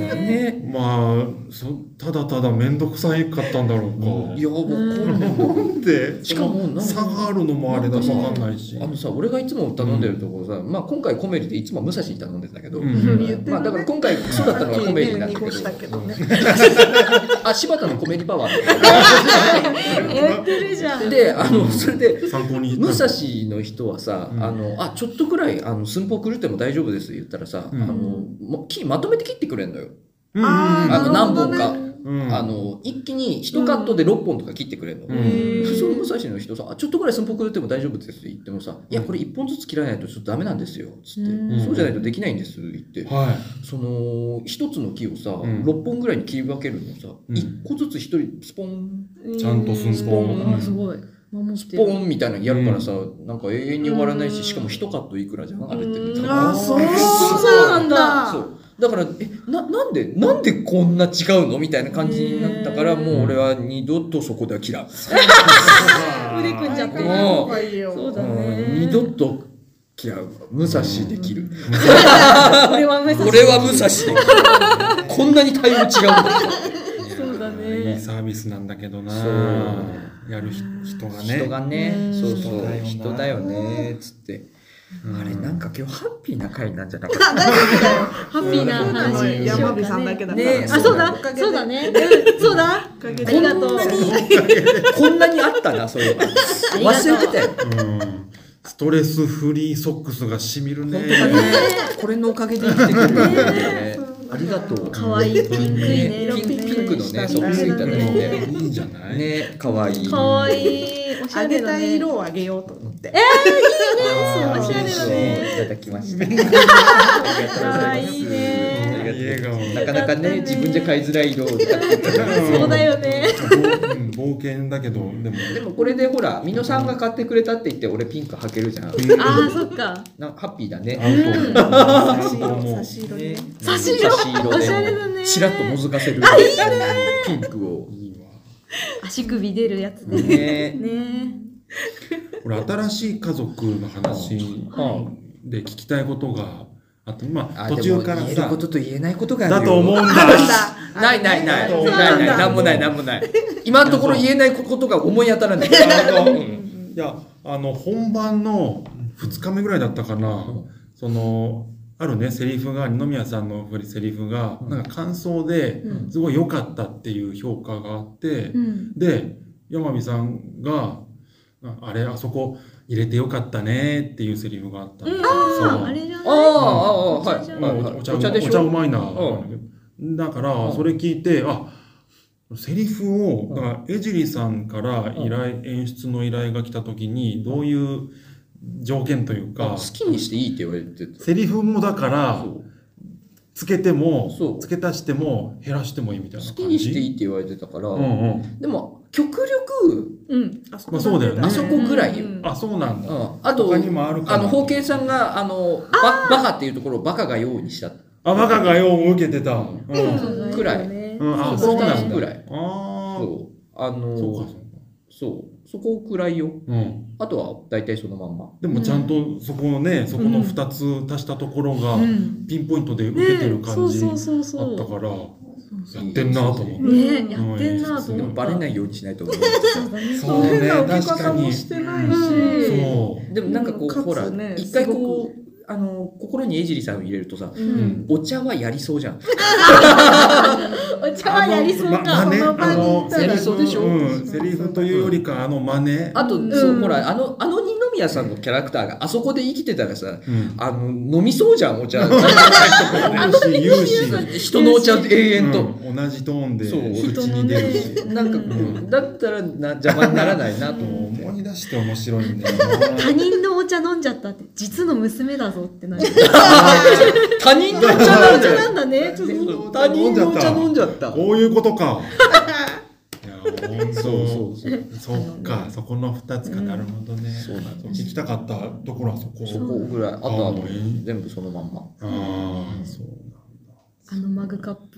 ね。 まあただただ面倒くさいかったんだろうか。 いや僕なんでしかも差があるのもあれだと分かんないし。 さ俺がいつも頼んでるところさ、まあ今回コメリでいつも武蔵に頼んでたけど、 うんまあだから今回クソだったのはコメリなんだけど、あ柴田のコメリパワーやってるじゃん。 でそれで参考に武蔵の人はさ、ちょっとくらい寸法狂っても大丈夫です言ったらさ、木まとめて切ってくれんのよ。何本か。一気に1カットで6本とか切ってくれるの。普通の武蔵の人さ、ちょっとぐらい寸法狂っても大丈夫ですって言ってもさ、いやこれ1本ずつ切らないとちょっとダメなんですよつって、そうじゃないとできないんです言って、その一つの木をさ6本ぐらいに切り分けるのさ、1個ずつ1人スポンちゃんと寸法すごい。 スポーンみたいなのやるからさ、なんか永遠に終わらないし、しかも1カットいくらじゃんあれって。 そうなんだ。 そうだからなんでこんな違うのみたいな感じになったから、もう俺は二度とそこでは嫌う。 腕組んじゃってる。 そうだね。二度と嫌う。武蔵できる。 俺は武蔵できる。こんなに対応違うんだ。 そうだね。 いいサービスなんだけどな。やる人がね。そう人だよねつって。あれなんか今日ハッピーな回なんじゃなかった。 ハッピーな話山火さんだけだから。 そうだね。そうだ。ありがとう。 こんなにあったなそれは。忘れてたよ。 ストレスフリーソックスがしみるね。 これのおかげで生きてくるね。ありがとう。 可愛いピンクいね。 ピンクのねソックスいただいて。 いいんじゃない？ ね可愛い。 可愛い。 あげたい色をあげようと思って。 いいね。おしゃれだね。 いただきました。 可愛いね。 なかなかね自分じゃ買いづらい色を使ってた。 そうだよね。 冒険だけどでもこれでほら美濃さんが買ってくれたって言って俺ピンク履けるじゃん。 ああそっか。 ハッピーだね。 差し色ね。 差し色。おしゃれだね。 チラッと覗かせるピンクを。 足首出るやつでね。 これ新しい家族の話で聞きたいことがあって、まあ途中からさ、 言えることと言えないことがあるよ。 だと思うんだ。 ないなんもない。今のところ言えないことが思い当たらない。いや本番の2日目ぐらいだったかな。あるねセリフが二宮さんのセリフがなんか感想ですごい良かったっていう評価があって、で山美さんがあそこ入れてよかったねっていうセリフがあったんですよ。 あれじゃない？ はい。お茶うまいな。だからそれ聞いてセリフをだから江尻さんから演出の依頼が来た時にどういう条件というか好きにしていいって言われてた。 セリフもだからつけても付け足しても減らしてもいいみたいな感じ。 好きにしていいって言われてたから、でも極力そうだよね。 あそこぐらいよ。 そうなんだ。 あと他にもあるかな。 ホーケンさんがバカっていうところをバカが用にした。 バカが用を受けてた。 くらい。 そうなんだ。 くらい。そこくらいよ。あとは大体そのまんま。 でもちゃんとそこの2つ足したところがピンポイントで受けてる感じあったからやってんなと思って。 ねやってんなと思って。 バレないようにしないと思う。 そうね確かに。 してないし。 でもなんかこうほら一回こう。心に江尻さんを入れるとさ、お茶はやりそうじゃん。 お茶はやりそうか。 やりそうでしょ。 セリフというよりか真似。 あとほら二宮さんのキャラクターがあそこで生きてたらさ、飲みそうじゃんお茶。人のお茶永遠と同じトーンで口に出るし。 なんかだったら邪魔にならないなと思って。 思い出して面白いんだよ。 他人のお茶飲んじゃったって実の娘だぞってなる。 他人のお茶なんだね。 他人のお茶飲んじゃった。 こういうことか。そうか、そこの2つか。なるほどね。聞きたかったところはそこぐらい。あとは全部そのまんま。 そうなんだ。 マグカップ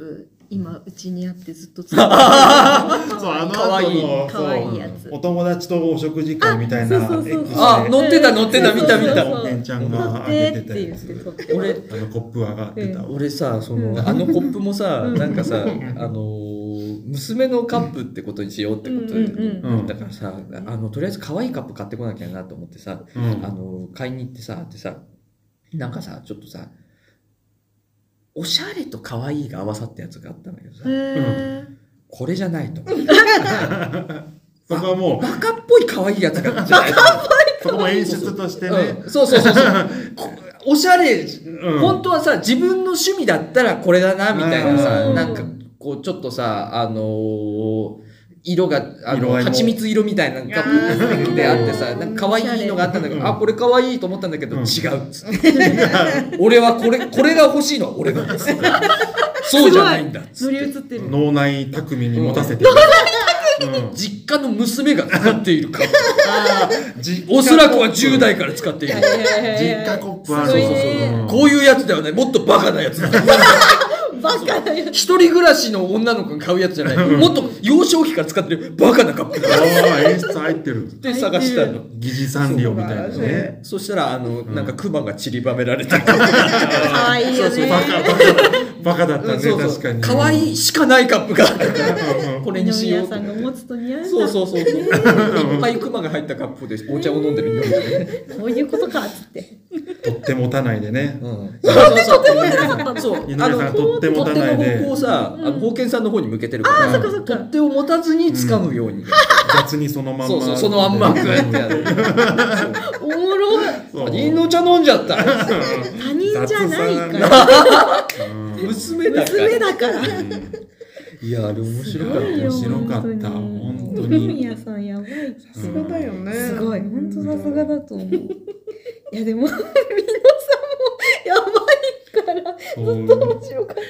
今うちにあってずっと使ってるそうあの後のかわいいやつ。 お友達とお食事会みたいなそうそうそうそう X で乗ってた見たけんちゃんが上げてたやつ撮ってって言って俺コップ上がってた俺さそのコップもさなんかさ娘のカップってことにしようってことで、だからさとりあえず可愛いカップ買ってこなきゃなと思ってさ、買いに行ってさなんかさちょっとさおしゃれと可愛いが合わさったやつがあったんだけどさ、これじゃないとそこはもうバカっぽい可愛いやつがじゃないそこも演出としてね、 そうおしゃれ、本当はさ自分の趣味だったらこれだなみたいなさ、なんかこうちょっとさ色が蜂蜜色みたいなカップであってさ、なんか可愛いのがあったんだけど、これ可愛いと思ったんだけど、違うっつって俺はこれが欲しいのは俺がそうじゃないんだっつって、 乗り移ってる。 脳内匠に持たせてる、 実家の娘が使っているカップおそらくは10代から使っている実家コップある、 こういうやつではない、もっとバカなやつだバカなやつ。 一人暮らしの女の子が買うやつじゃない、もっと幼少期から使ってるバカなカップだ演出入ってるで探したの、 疑似サンリオみたいなね。 そしたらなんかクマが散りばめられたカップ可愛いよね。 バカだったね、確かに可愛いしかないカップがこれにしよう二宮さんが持つと似合うんだ。 そういっぱいクマが入ったカップでお茶を飲んでるよこういうことかっつって。 とってもたないでね、 そう井上さんとってもたないでこうさ宝剣さんの方に向けてるから取っ手を持たずに掴むように雑にそのまんまそのまんまこうやってやるおもろい。 他人の茶飲んじゃった他人じゃないから娘だからいやあれ面白かった面白かった本当に。 二宮さんやばい。 さすがだよね。 すごい、本当さすがだと思う。いやでも、美濃さんもやばいから、ずっと面白かった。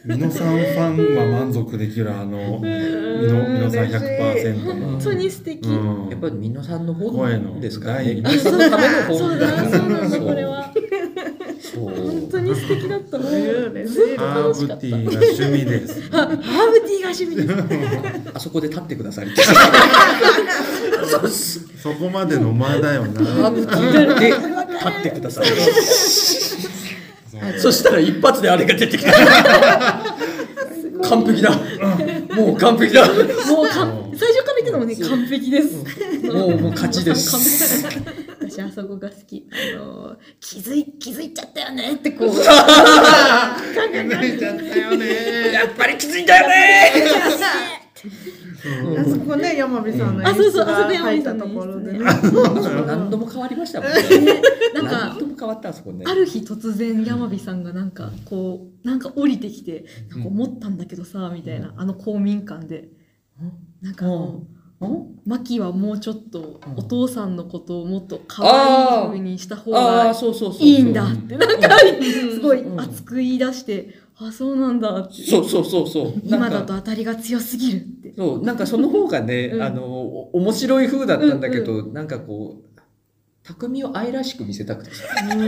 美濃さんファンは満足できる美濃さん 100% の本当に素敵。 やっぱり美濃さんの本ですからね。美濃声さんのための本そうだ、これは。本当に素敵だった。もうずっとハー楽しかった。 ブティーが趣味ですハーブティーが趣味です。 あそこで立ってください。 そこまでの間だよな。 ハーブティーで立ってください。そしたら一発であれが出てきた。完璧だ。もう完璧だ。 もう最初から言ってたもんね、完璧です。 もう勝ちです。 私あそこが好き。気づいちゃったよねってこう。 気づいちゃったよね。 やっぱり気づいたよね。 あそこね、山火さんの演出が入ったところでね。 何度も変わりましたもんね。 なんか何度も変わったあそこね。 ある日突然山火さんがなんかこうなんか降りてきてなんか思ったんだけどさみたいな公民館でなんかマキはもうちょっとお父さんのことをもっと可愛い風にした方がいいんだってなんかすごい熱く言い出してあそうなんだってそう今だと当たりが強すぎるってそうなんかその方がね面白い風だったんだけどなんかこう匠を愛らしく見せたくてさ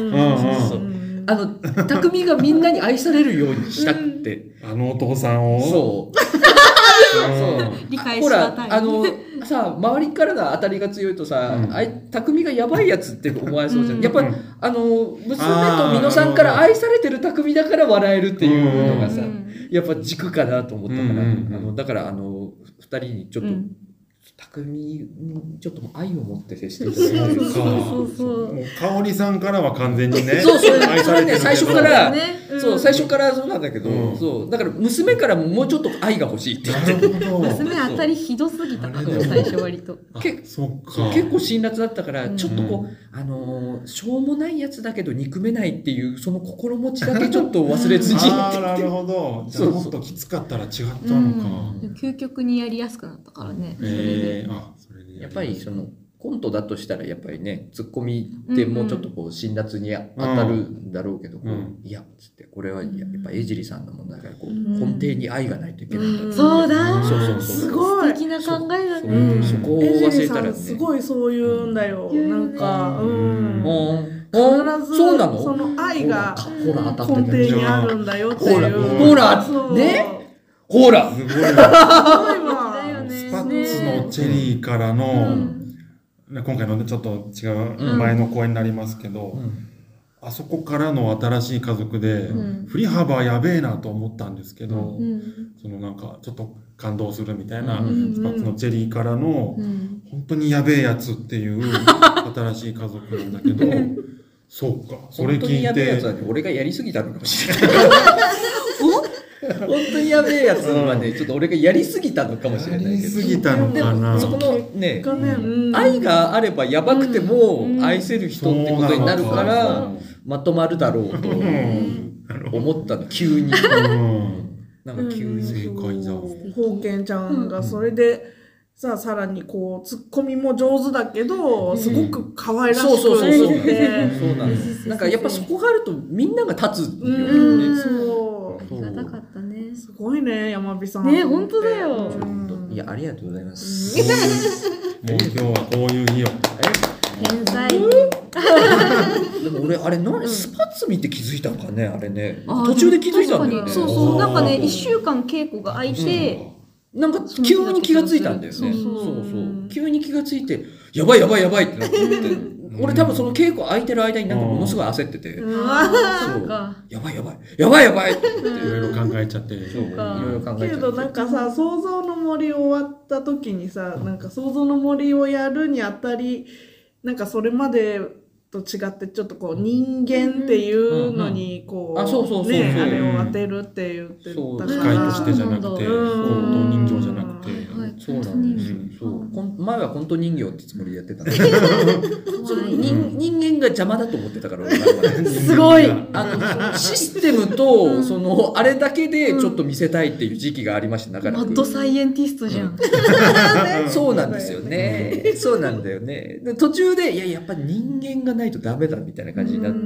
匠がみんなに愛されるようにしたくてお父さんをそう理解しがたいさ周りからの当たりが強いとさ匠がやばいやつって思われそうじゃんやっぱ娘と美濃さんから愛されてる匠だから笑えるっていうのがさやっぱ軸かなと思ったからだから2人にちょっと匠にちょっと愛を持って接していただいてそう香織さんからは完全にねそう愛されてるけど最初からそうなんだけどそうだから娘からももうちょっと愛が欲しいって言って娘当たりひどすぎたから最初割と結構辛辣だったからちょっとこうしょうもないやつだけど憎めないっていうその心持ちだけちょっと忘れずになるほどじゃあもっときつかったら違ったのか究極にやりやすくなったからねやっぱりそのコントだとしたらやっぱりねツッコミってもうちょっとこう辛辣に当たるんだろうけどいやつってこれはやっぱ江尻さんの問題だからこう根底に愛がないといけないんだそうだすごい素敵な考えだねそこを忘れたらねすごいそういうんだよなんか必ずそうなのその愛がほら根底にあるんだよっていうほらねほらすごいすごいわ。 だよね。 スパッツのチェリーからの、今回のちょっと違う前の公演になりますけど、あそこからの新しい家族で、振り幅やべえなと思ったんですけど、そのなんかちょっと感動するみたいな、スパッツのチェリーからの、本当にやべえやつっていう新しい家族なんだけど、そうか、それ聞いて。本当にやべえやつはね、 俺がやりすぎたのかもしれない。本当にやべえやつはね、ちょっと俺がやりすぎたのかもしれないけど。 やりすぎたのかな。 そこのね、愛があればやばくても愛せる人ってことになるから、まとまるだろうと思ったの、急に。なんか急に。 正解じゃん。 ほうけんちゃんがそれで、さらにこうツッコミも上手だけど、すごく可愛らしくて、 そうなんです。なんかやっぱそこがあるとみんなが立つよね。 そう。ありがたかったね。 すごいね、山火さん。 ね、本当だよ。 いや、ありがとうございます。 もう今日はこういう日よ。 天才。 でも俺あれ何スパッツ見て気づいたのかね、あれね。途中で気づいたんだよね。 そうそう、なんかね、1週間稽古が空いて。 なんか急に気がついたんだよね。そう急に気がついて、やばいやばいやばいってなって、俺多分その稽古空いてる間になんかものすごい焦ってて、そうやばいやばいやばいやばいっていろいろ考えちゃって、いろいろ考えちゃって。 けどなんかさ、想像の森終わった時にさ、なんか想像の森をやるにあたり、なんかそれまでと違ってちょっとこう人間っていうのにこうね、あれを当てるって言ってたから、 機械としてじゃなくて、本当人形じゃなくて、 そうなんですよ。前は本当人形ってつもりでやってたんだけど、人間が邪魔だと思ってたからすごい。 システムとそのあれだけでちょっと見せたいっていう時期がありまして、なかなかマッドサイエンティストじゃん。 そうなんですよね。そうなんだよね。途中でいややっぱり人間がないとダメだみたいな感じになって、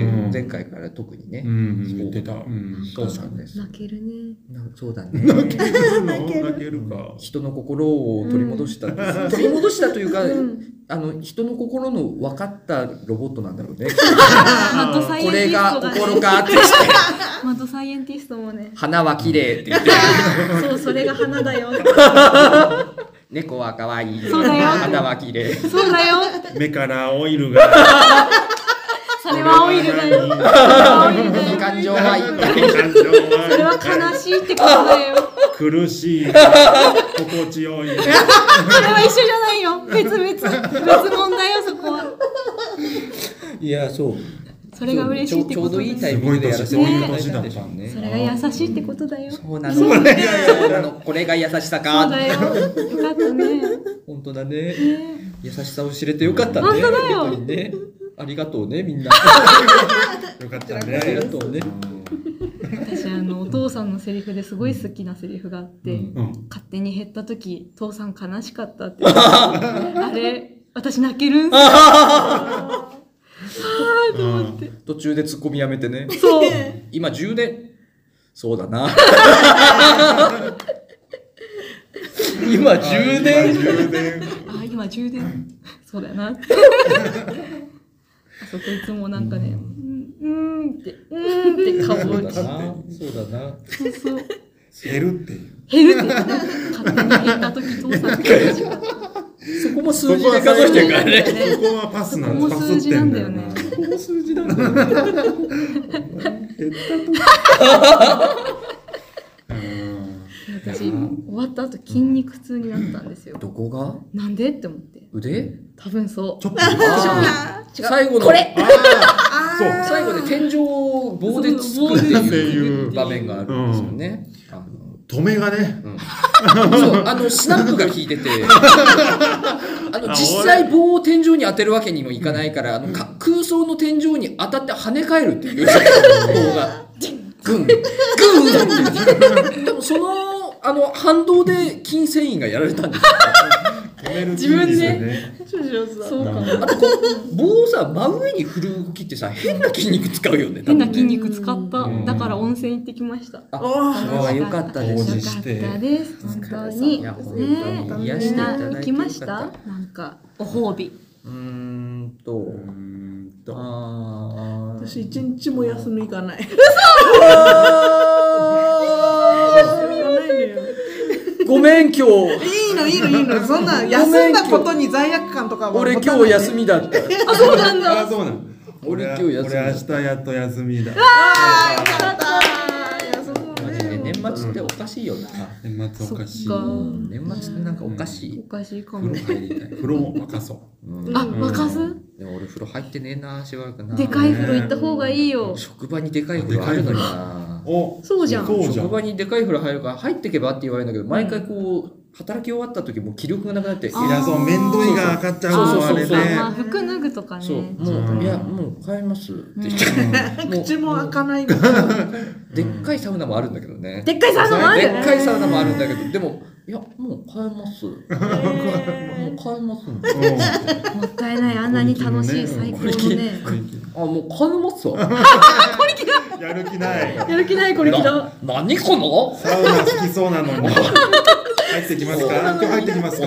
前回から特にね。 言ってた。 そうなんです。 泣けるね。 そうだね。 泣けるか。 人の心を取り戻したんです。取り戻したというか、人の心の分かったロボットなんだろうね。これが心かってして。 マッドサイエンティストもね。 花は綺麗って言って。 そう、それが花だよ。 猫は可愛い。 そうだよ。 花は綺麗。 そうだよ。 目からオイルが。 それはオイルだよ。 感情はいっぱい。 それは悲しいってことだよ。 苦しい。心地よい。 それは一緒じゃないよ。別物だよ、そこは。 いや、そう。 それが嬉しいってことだよ。 ちょうどいいタイミングでやらせていただいたんでしょうね。 それが優しいってことだよ。 そうなの。これが優しさか。 そうだよ。よかったね。 本当だね。優しさを知れてよかったね。 本当だよ。 ね。ありがとうね、みんな。 よかったね。 ありがとうね。 私お父さんのセリフですごい好きなセリフがあって、勝手に減った時父さん悲しかったってあれ私泣けるんすよと思って途中でツッコミやめてね。 そう今充電そうだな今充電あ今充電そうだよなあそこいつもなんかねって顔をそうだなそう減るっていう減るって勝手に減った時父さん悲しかったそこも数字で数えてるからね。 そこはパスなんだ。 そこも数字なんだよね。 そこも数字なんだよね。 私終わった後筋肉痛になったんですよ。 どこが？ なんでって思って。 腕？ 多分そう。 ちょっと最後のこれ。 そう最後で天井を棒でつくっていう場面があるんですよね。 止めがね、 そうスナップが効いてて実際棒を天井に当てるわけにもいかないから空想の天井に当たって跳ね返るっていう棒がグンってでもその反動で筋繊維がやられたんですよ。 自分でそうかも。 あと棒をさ真上に振る動きってさ変な筋肉使うよね。 変な筋肉使った。だから温泉行ってきました。 あよかったです。 よかったです。本当にね癒していただいて行きました。なんかご褒美。 私一日も休みがない。休みがないんごめん今日。 いいのそんな休んだことに罪悪感とかは俺今日休みだった。 あ、そうなんだ。 そうなん。 俺今日休みだ。 俺明日やっと休みだ。 ああ、よかった。 マジで年末っておかしいよな。 年末おかしい。 年末ってなんかおかしい。 おかしいかも。 風呂入りたい。風呂も沸かそう。 あ、沸かす？ でも俺風呂入ってねえな、しばらくな。 でかい風呂行った方がいいよ。 職場にでかい風呂あるのにな。 そうじゃん。 職場にでかい風呂入るから入ってけばって言われるんだけど、毎回こう働き終わった時もう気力がなくなって、いやそう面倒いがかかっちゃうのあれね。 まあ服脱ぐとかね。 そうもういやもう帰りますって言って、 口も開かない。 でっかいサウナもあるんだけどね。 でっかいサウナもある。 でっかいサウナもあるんだけど、でもいやもう帰ります。もう帰りますんで。 もったいない、あんなに楽しい最高のね。 あもう帰りますわ。 これ気だ。 やる気ない。 やる気ないこれ気だ。 何この？ サウナ好きそうなのに。入ってきますか？今日入ってきますか？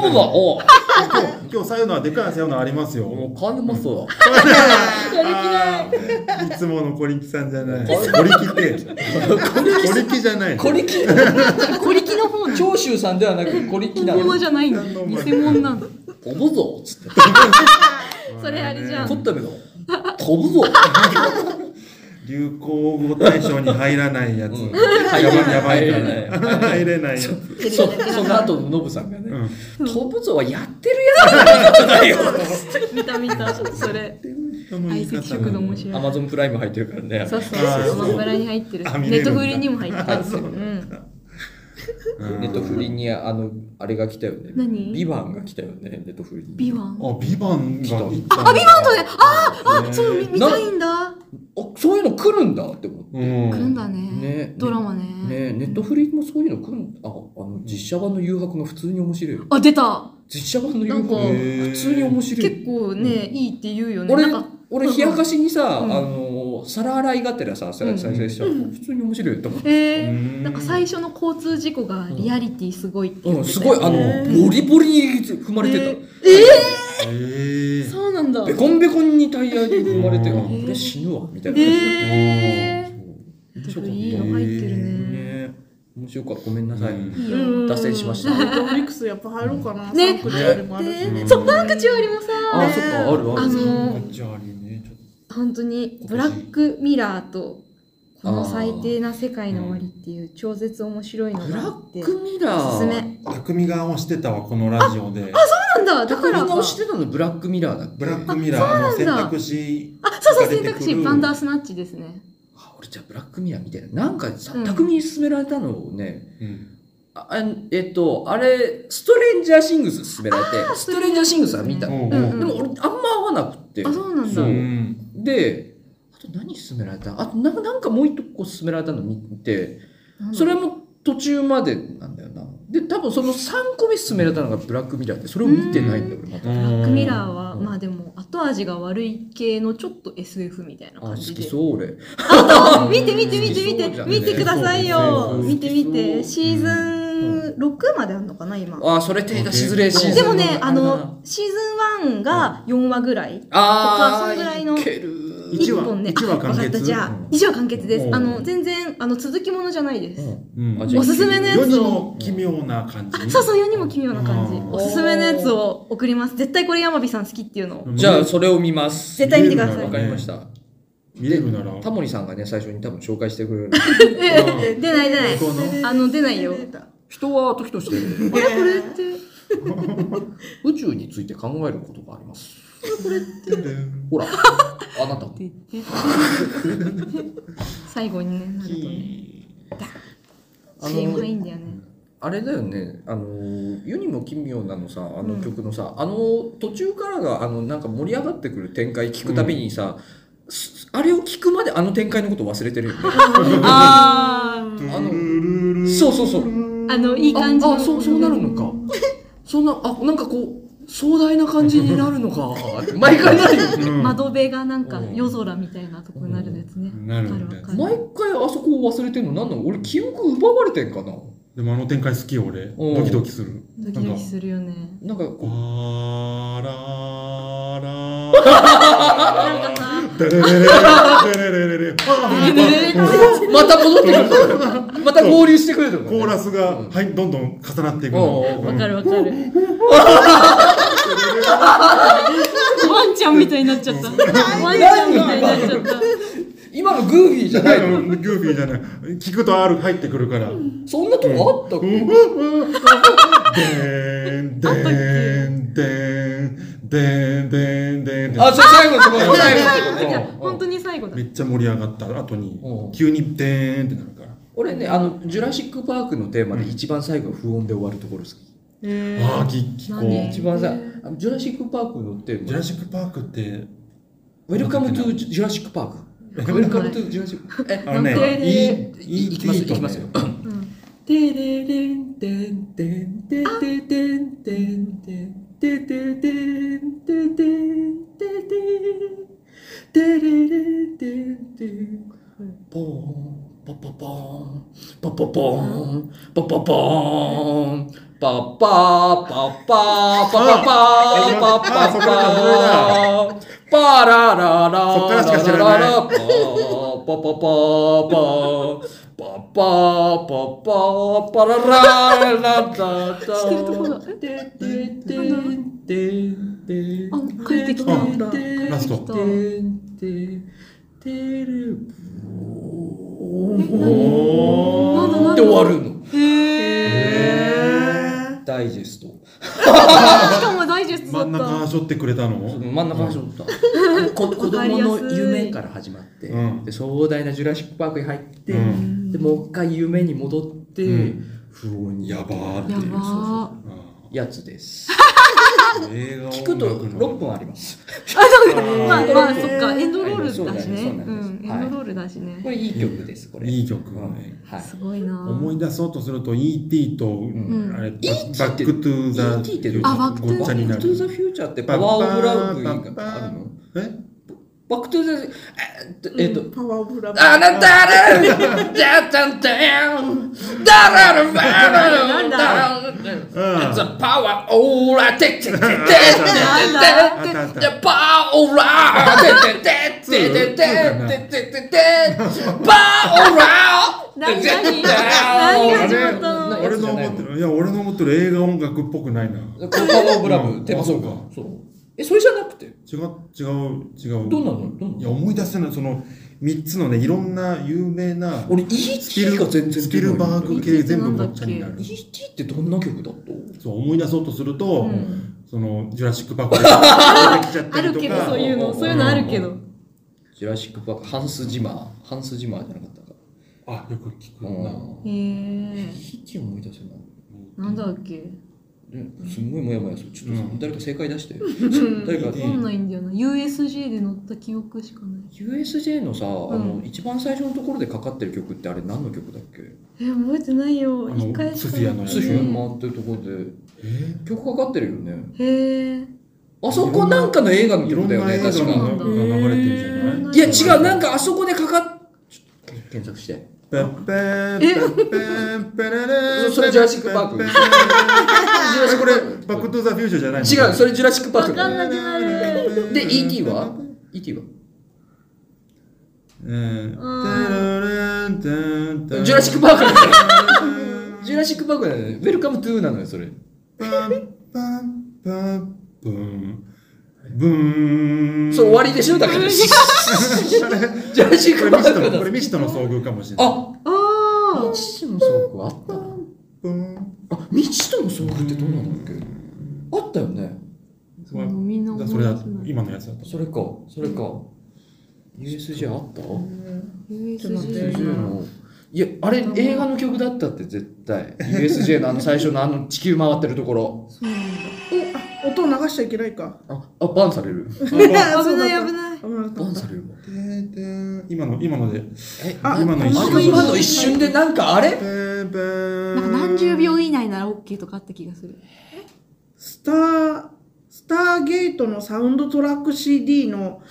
今日サウナでかいサウナありますよ。 もう帰りますわ。 やる気ない。 いつもの小力さんじゃない。小力って。小力じゃない。 小力。 小力の方。 長州さんではなく小力なの。 本物じゃないの。偽物なの。 飛ぶぞっつって。 それあれじゃん。 撮ったけど飛ぶぞ。 流行語大賞に入らないやつ。やばいから入れないやつ。 その後のノブさんがね、飛ぶぞはやってるやつだよ。 見たそれ。相席食堂面白い。 アマゾンプライム入ってるからね。 そうアマプラに入ってる。ネットフリにも入ってる。 ネットフリにあれが来たよね。 何？ ビバンが来たよね。ネットフリに。 ビバン。 あ、ビバンが来た。 あ、ビバンとね。そう見たいんだ。 そういうの来るんだって思って。 来るんだね。ドラマね。 ね、ネットフリもそういうの来るん。実写版の誘惑が普通に面白い。 あ、出た。 実写版の誘惑普通に面白い。 結構ね、いいって言うよね。 俺冷やかしにさ、皿洗いがてらさ、再生したら普通に面白いと思って。 なんか最初の交通事故がリアリティすごいって言ってた。 すごいボリボリに踏まれてた。 そうなんだ。 ベコンベコンにタイヤに踏まれて、これ死ぬわみたいな。 いいの入ってるね。 面白かった。ごめんなさい。脱線しました。 ネットフリックスやっぱ入ろうかな。 ね。 サンクチュアリもあるし。 そう、サンクチュアリもさ。 あ、そっか、ある。 サンクチュアリね。 本当にブラックミラーとこの最低な世界の終わりっていう超絶面白いのがあって。 ブラックミラー。 おすすめ。 匠が推してたわこのラジオで。 あ、そうなんだ。だから推してたのブラックミラーだっけ。 ブラックミラーの選択肢。 あ、そう選択肢バンダースナッチですね。 俺じゃあブラックミラーみたいななんかさ、匠に勧められたのをね、あれストレンジャーシングス勧められて、ストレンジャーシングスは見たの。でも俺あんま合わなくて。 あ、そうなんだ。 で、あと何勧められた？あとなんかもう一個勧められたの見て、それも途中までなんだよな。で、多分その3個目勧められたのがブラックミラーで、それを見てないんだよ、また。 ブラックミラーは、まあでも、後味が悪い系のちょっと SF みたいな感じで。 好きそう、俺。 見てくださいよ。見て。シーズン6まであるのかな、今。 あ、それ手出しづれえシーズン。 でもね、シーズン1が4話ぐらいとか、そのぐらいの。1本ね。 1話完結。 じゃあ、1話完結です。全然、続きものじゃないです。 おすすめのやつを。 世にも奇妙な感じ。 そう、世にも奇妙な感じ。おすすめのやつを送ります。絶対これ山火さん好きっていうのを。 じゃあ、それを見ます。 絶対見てください。 わかりました。 見れるなら。 タモリさんがね、最初に多分紹介してくれる。 出ない。出ないよ。 人は時として。 これって。 宇宙について考えることがあります。 これって。 ほら、あなた。 最後にね、なるとね。CM がいいんだよね。 あれだよね、世にも奇妙なのさ、曲のさ、途中からが、なんか盛り上がってくる展開聞くたびにさ、あれを聞くまで展開のこと忘れてるよね。そう。 いい感じ。 そうなるのか。そんな、なんかこう、壮大な感じになるのか。毎回なるよね。 窓辺がなんか夜空みたいなとこになるやつね。 なるほど。 毎回あそこを忘れてんのなんなの？俺記憶奪われてんかな。 でも展開好きよ俺。ドキドキする。 ドキドキするよね。 なんかこう。 ララデレレレレレレレレまた戻ってくるまた合流してくるとか、 コーラスが、はい、どんどん重なっていくの。 わかるわかる。ワンちゃんみたいになっちゃった。ワンちゃんみたいになっちゃった。 今のグーフィーじゃないの？ グーフィーじゃない。聞くと R 入ってくるから。 そんなとこあったっけ？ でーん、でーん、でーん、でーん、でーん、でーん。 あ、それ最後のところ。 最後本当に最後だ。 めっちゃ盛り上がった後に、急にでーんってなるから。 俺ね、ジュラシック・パークのテーマで一番最後不音で終わるところ好き。 ああ、聞こう。 一番さ、ジュラシック・パークのテーマ。 ジュラシック・パークって、 ウェルカム・トゥ・ジュラシック・パーク。ウェルカム・トゥ・ジュラシック。いきますよ。テレレンテンテンテテテンテンテンテテテンテテンテテテレレンテンテンポーンポポポーンポポポーンポポポーンパッパーパッパーパパパーパッパーパラララそっからしか知らない。 パパパパパパパパパラララララ知ってるとこだ。あ、帰ってきた。 ラスト。 って終わるの。ダイジェスト。 しかもダイジェストだった。 真ん中しょってくれたの？ 真ん中しょった。子供の夢から始まって、で壮大なジュラシックパークに入って、でもう一回夢に戻って、不穏にやばーっていうやつです。 映画聞くと6分あります。 まあそっか、エンドロールだしね。エンドロールだしね。 これいい曲です。これいい曲。 すごいな。 思い出そうとすると E.T. とあれバックトゥザごっちゃになる。 バックトゥザフューチャーってパワーオブラブがあるの？バックトゥザパワーオブラブ。 あなたねダダンダンダララバラダン The power of la The power of la 俺の思ってる映画音楽っぽくないな。 パワーオブラブテーマソング。それじゃなくて？ 違う。 どんなの？ いや、思い出せない。その3つのね、いろんな有名な俺 E.T. が全然スピルバーグ系全部ごっちゃになる。 E.T. ってどんな曲だった？ そう思い出そうとすると、そのジュラシックパークで出てきちゃったりとか。 あるけどそういうのあるけど。 ジュラシックパークハンスジマーじゃなかったか。 あ、よく聞くな。 E.T. 思い出せない。 なんだっけ？ すんごいモヤモヤする。ちょっと誰か正解出して。誰か。 わかんないんだよな。USJ で乗った記憶しかない。 USJ のさ、一番最初のところでかかってる曲ってあれ何の曲だっけ？ 覚えてないよ。一回スフィアのやつ。 スフィア回ってるところで曲かかってるよね。 へえ。 あそこなんかの映画の曲だよね。確か。 流れてるじゃない？ いや違う、なんかあそこでかかっ検索して。それジュラシックパーク。 これバックトゥザフューチャーじゃないの？ 違う、それジュラシックパーク。 わかんなくなる。 で E.T. は E.T. はジュラシックパークだよ。ジュラシックパークだよね。ウェルカムトゥーなのよそれ。 ブーン。 そう終わりでしょだから。ジュラシックパークだ。 これ未知との遭遇かもしれない。 未知との遭遇あった。未知との遭遇ってどうなんだっけ？あったよね。 それは今のやつだった。 それか。USJ あった？ USJ のいやあれ映画の曲だったって絶対。USJ の最初の地球回ってるところ。 そうなんだ。 音を流しちゃいけないか。 バンされる。 危ない。 バンされるわ。 今ので。 今の一瞬でなんかあれ？ なんか何十秒以内なら OK とかあった気がする。 スターゲートのサウンドトラック CD の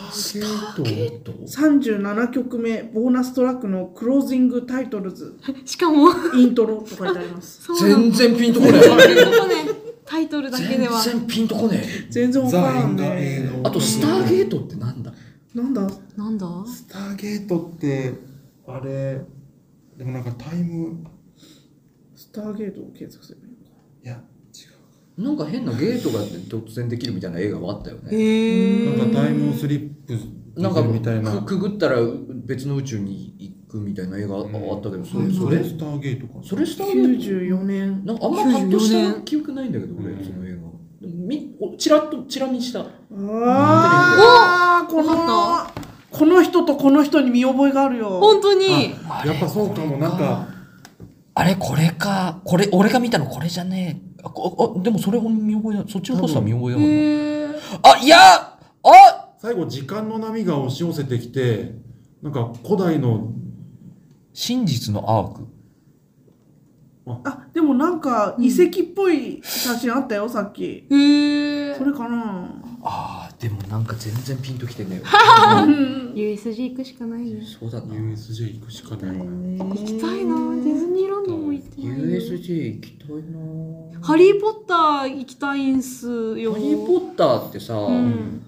37曲目ボーナストラックのクロージングタイトルズしかもイントロと書いてあります。 全然ピンとこない。 タタイトルだけでは全然ピンとこね全然わからんザ映ね。 画あとスターゲートってなんだなんだなんだスターゲートってあれでもなんかタイムスターゲートを検索すればいいのか。 いや違なんか変なゲートが突然できるみたいな映画があったよね。 へうなんかタイムスリップなんかみたいなくぐったら別の宇宙に行くみたいな映画あったけど、それスターゲートかそれスターゲー 94年。 トなんかあんまパッとし 94 た記憶ないんだけど俺うんその映画チラ見した。 ああ、この人とこの人に見覚えがあるよ。 本当にやっぱそうかもなんかあれこれかこれ俺が見たのこれじゃねえでもそれ俺見覚えだそっちのポスター見覚えだもんへあいや最後時間の波が押し寄せてきてなんか古代の真実のアークあ、でもなんか遺跡っぽい写真あったよ、さっき。 えそれかな。 でもなんか全然ピンときてね USJ 行くしかないねそうだな USJ 行くしかないわ行きたいなディズニーランドも行ってないよ USJ 行きたいなハリー・ポッター行きたいんすよハリー・ポッターってさ、 うん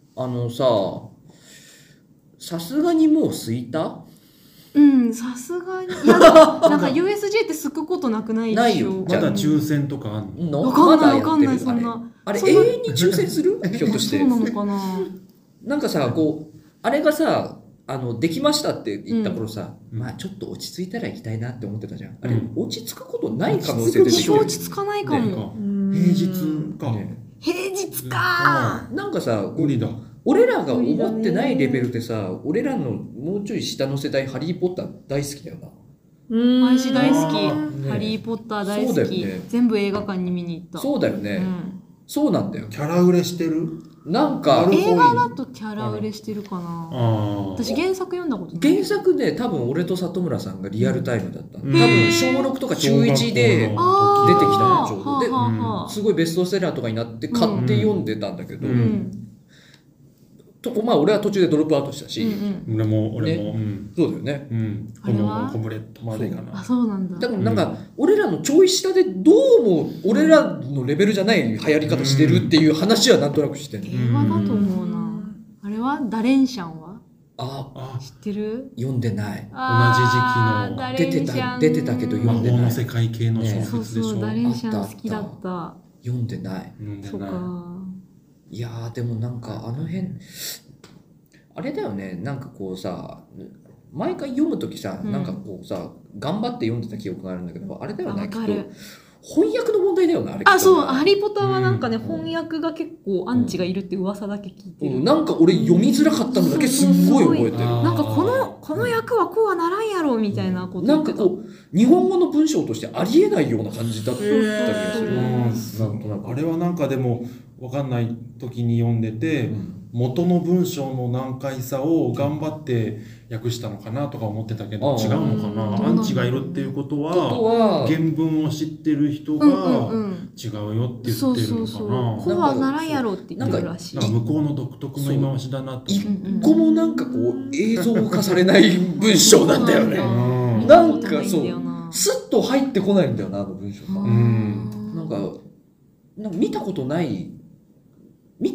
さすがにもう空いたうんさすがにいやなんか USJ ってすくことなくないでしょないよまだ抽選とかあんのわかんないまだやってるわかんないそんなあれそんな永遠に抽選するひょっとしてそうなのかななんかさこうあれがさできましたって言った頃さ、まあちょっと落ち着いたら行きたいなって思ってたじゃんあれ、落ち着くことない可能性出てきてる落ち着かないかも平日かね平日かなんかさ無理だ俺らが思ってないレベルでさ俺らのもうちょい下の世代ハリー・ポッター大好きだよな私大好あき、 ねハリー・ポッター大好き、 そうだよね全部映画館に見に行ったそうだよね、 うんそうなんだよキャラ売れしてるなんかなる映画だとキャラ売れしてるかな私原作読んだことない原作で多分俺と里村さんがリアルタイムだった、多分へー小6とか中1であー出てきたのちょうどではあはあはあすごいベストセラーとかになって買って読んでたんだけど、 うんまあ俺は途中でドロップアウトしたし、 うん俺もうんそうだよねあれはコムレットまでかあなそうなんだでもなんか俺らのちょい下でどうも俺らのレベルじゃない流行り方してるっていう話はなんとなくしてんの、 映画だと思うなあれはダレンシャンはあ知ってる読んでないあーダレンシャン出てたけど魔読んでない法の世界系の小そう説でしょそうダレンシャン好きだった読んでない読んでそうかないいやーでもなんかあの辺あれだよねなんかこうさ毎回読むときさ、なんかこうさ頑張って読んでた記憶があるんだけどあれだよねきっと翻訳の問題だよねあれあそうハリー・ポッターはなんかね翻訳が結構アンチがいるって噂だけ聞いてるなんか俺読みづらかったのだけすんごい覚えてるなんかこの役はこうはならんやろみたいなことなん言ってたかこう日本語の文章としてありえないような感じだった気がするなんとなくあれはなんかでも分かんない時に読んでて、元の文章の難解さを頑張って訳したのかなとか思ってたけど、違うのかな、アンチがいるっていうことは原文を知ってる人が違うよって言ってるのかな、 こうはならんやろって言ってるらしいなんか向こうの独特の言い回しだなって一個もなんかこう映像化されない文章なんだよねなんかそうスッと入ってこないんだよなあの文章がなんか見たことない言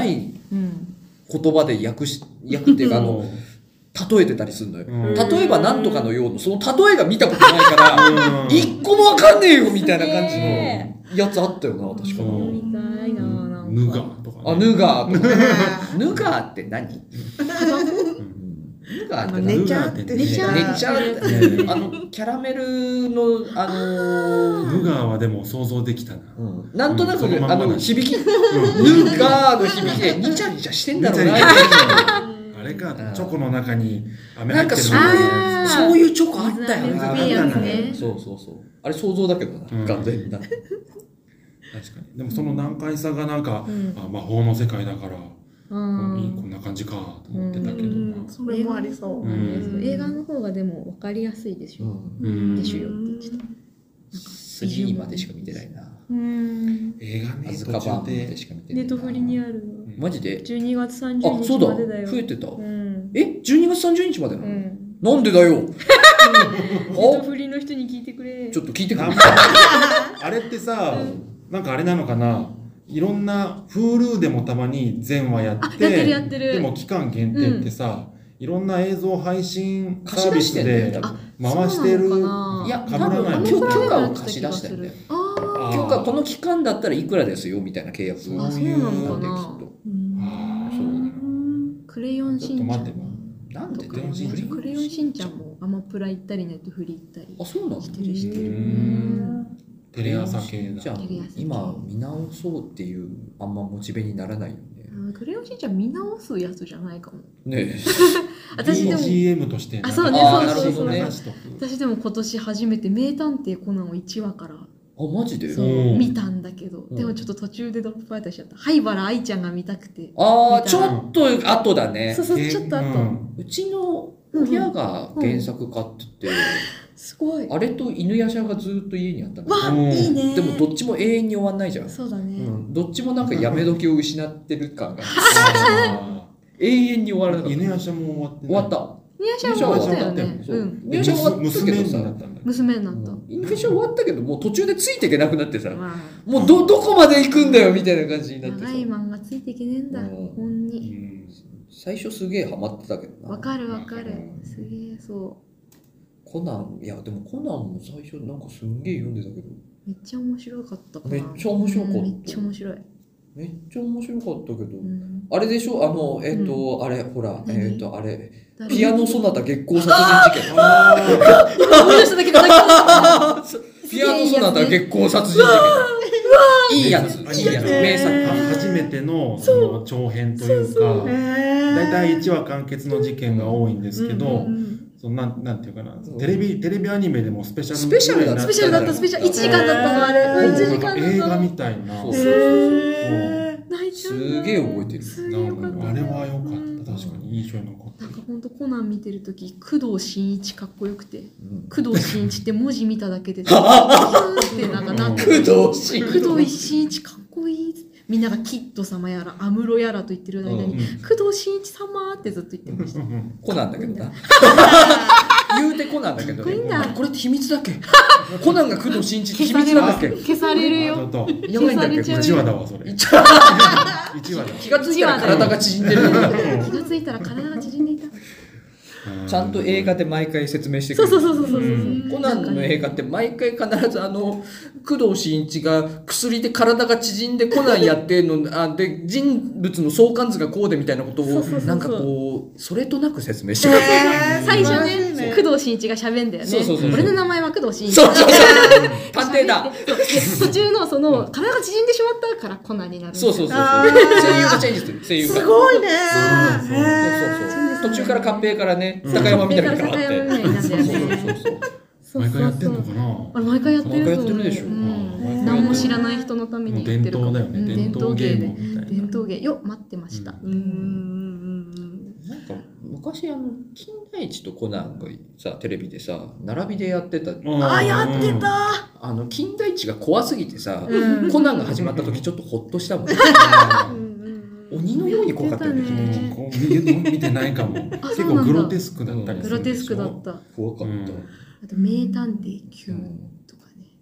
葉で訳っていうか例えてたりするのよ、例えばなんとかのようなその例えが見たことないから一個もわかんねえよみたいな感じのやつあったよな確か見たいなヌガとか、 ね、ヌガーとかヌガーって何ヌガーって寝ちゃうって寝ちゃうってキャラメルのヌガーはでも想像できたな、 なんとなく響きヌガーの響きでニチャニチャしてんだろうなあれかチョコの中に飴なんか入ってるそういうチョコあったよねそうあれ想像だけどな完全にな確かにでもその難解さがなんか魔法の世界だからこんな感じかと思ってたけどそれもありそう映画の方がでも分かりやすいでしょでしょよって言ってた 3までしか見てないな映画ねアズカバンまでしか見てないネットフリにあるマジで 12月30日あそうだまでだよ増えてた 12 12月30日までなのなんでだよネットフリの人に聞いてくれちょっと聞いてくれあれってさなんかあれなのかな、いろんな Hulu でもたまに全話やってやってるでも期間限定ってさ、いろんな映像配信サービスで回してる。 いや、多分許可を貸し出したんだよ。許可この期間だったらいくらですよみたいな契約。 そうなのかな。クレヨンしんちゃん。 なんでクレヨンしんちゃんもアマプラ行ったりネットフリ行ったり。 あ、そうなの。 してる。 テレ朝系だ。 じゃあ今見直そうっていうあんまモチベにならないよね。 クレヨンしんちゃん見直すやつじゃないかも。 ねえ。 私でも BGM としてあ、そうね、そうね。私でも今年初めて名探偵コナンを1話からマジでそう見たんだけど、でもちょっと途中でドロップアウトしちゃった。灰原愛ちゃんが見たくて。 ちょっと後だね。 そうちょっと後。 うちの親が原作買ってて、 すごい。 あれと犬夜叉がずっと家にあったの。 わ、いいね。 でもどっちも永遠に終わんないじゃん。 そうだね。 どっちもなんかやめ時を失ってる感が。永遠に終わらなかった。 犬夜叉も終わって終わった。 犬夜叉終わったよね。 犬夜叉終わったけどさ、 娘になった。 犬夜叉終わったけど、もう途中でついていけなくなってさ、もうどこまで行くんだよみたいな感じになってさ。 長い漫画ついていけねえんだ、本に。 最初すげえハマってたけどな。 わかる。すげえそう。 コナン、いやでもコナンも最初なんかすんげえ読んでたけど。 めっちゃ面白かったかな。 めっちゃ面白かった。 めっちゃ面白い。 めっちゃ面白かったけど、あれでしょ、あれほら、あれピアノソナタ月光殺人事件。 思い出しただけどピアノソナタ月光殺人事件。いいやつ、名作。 初めてのその長編というか、だいたい1話完結の事件が多いんですけど、なんていうかな、テレビアニメでもスペシャルだった。1時間だったのあれ。1時間だった。 映画みたいな。 すげえ覚えてる。 あれは良かった。確かに印象に残った。 なんか本当コナン見てるとき、工藤新一かっこよくて、工藤新一って文字見ただけでってなんかなって。 工藤新一かっこいい。みんながキッド様やら安室やらと言ってる間に、工藤新一様ってずっと言ってました。 コナンだけどな。言うてコナンだけど、これって秘密だっけ？コナンが工藤新一って秘密なんだっけ？ 消されるよ。 やばいんだっけ ？1話だわそれ。 1話だ。気がついたら体が縮んでる。 気がついたら体が縮んでいた。 ちゃんと映画で毎回説明してくれる。コナンの映画って毎回必ず工藤新一が薬で体が縮んでコナンやってので人物の相関図がこうでみたいなことをなんかこうそれとなく説明してくれる。 最初ね工藤新一が喋んだよね。俺の名前は工藤新一。 そう探偵だ。 途中のその体が縮んでしまったからコナンになる。 そう声優がチェンジする。声優がすごいね。 途中から合併からね、高山みたいに変わって。 毎回やってんのかな。 毎回やってる。 毎回やってるでしょ。 何も知らない人のためにやってる。 伝統だよね。 伝統芸で。伝統芸よ待ってました。 なんか昔金田一とコナンがさテレビでさ並びでやってた。 やってた。 金田一が怖すぎてさ、コナンが始まった時ちょっとホッとしたもん。鬼のように怖かったよね。 見てないかも。結構グロテスクだったりする。 グロテスクだった。 怖かった。 あと名探偵Qとかね。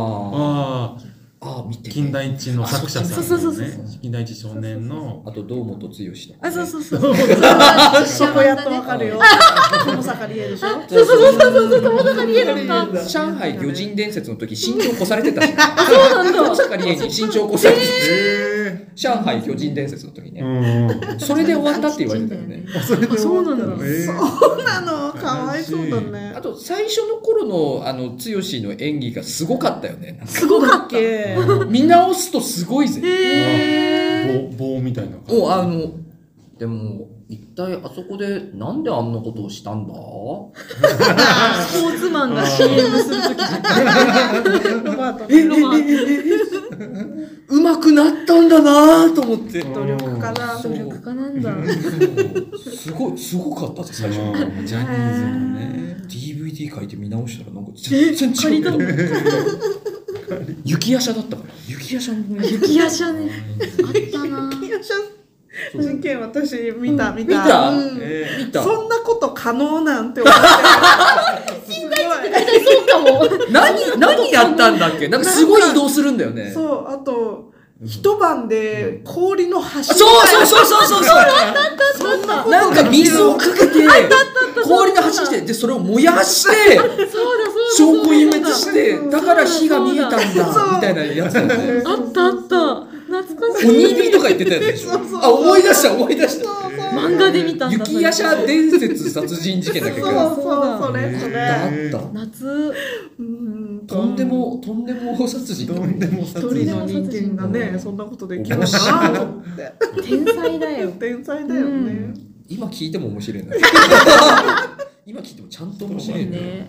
見て。 金田一の作者さんのね。金田一少年の。 あと堂本剛だ。 そう。そこやっとわかるよ。友坂理恵でしょ。そう友坂理恵だった。 上海魚人伝説の時身長越されてたし。友坂理恵に身長越されてた。上海巨人伝説の時ね、それで終わったって言われてたよね。 そうなの。 そうなの。かわいそうだね。 あと最初の頃の剛の演技がすごかったよね。 すごかった。 見直すとすごいぜ。 棒みたいな。 でも一体あそこでなんであんなことをしたんだ？スポーツマンが CM するときうまくなったんだなと思って。 努力家なんだ。 すごかったです最初。 ジャニーズのね DVD 書いて見直したらなんか全然違う。雪夜叉だったから。雪夜叉ね。 あったな。 事件私見た。 見た。 そんなこと可能なんて思って。金田一大体そうかも。 何やったんだっけ？なんかすごい移動するんだよね。 そう、あと、一晩で氷の橋みたいな。 そうなんか水をかけて氷の橋してでそれを燃やして証拠隠滅してだから火が見えたんだみたいなやつだよね。 あった懐かしい。 鬼火とか言ってたやつでしょ。あ、思い出した漫画で見たんだ。 雪夜叉伝説殺人事件だっけど。 それ。 あった。 夏。 とんでも殺人。 一人の人間がね、そんなことできるなと思って。 天才だよ。 天才だよね。 今聞いても面白いな。今聞いてもちゃんと面白いね。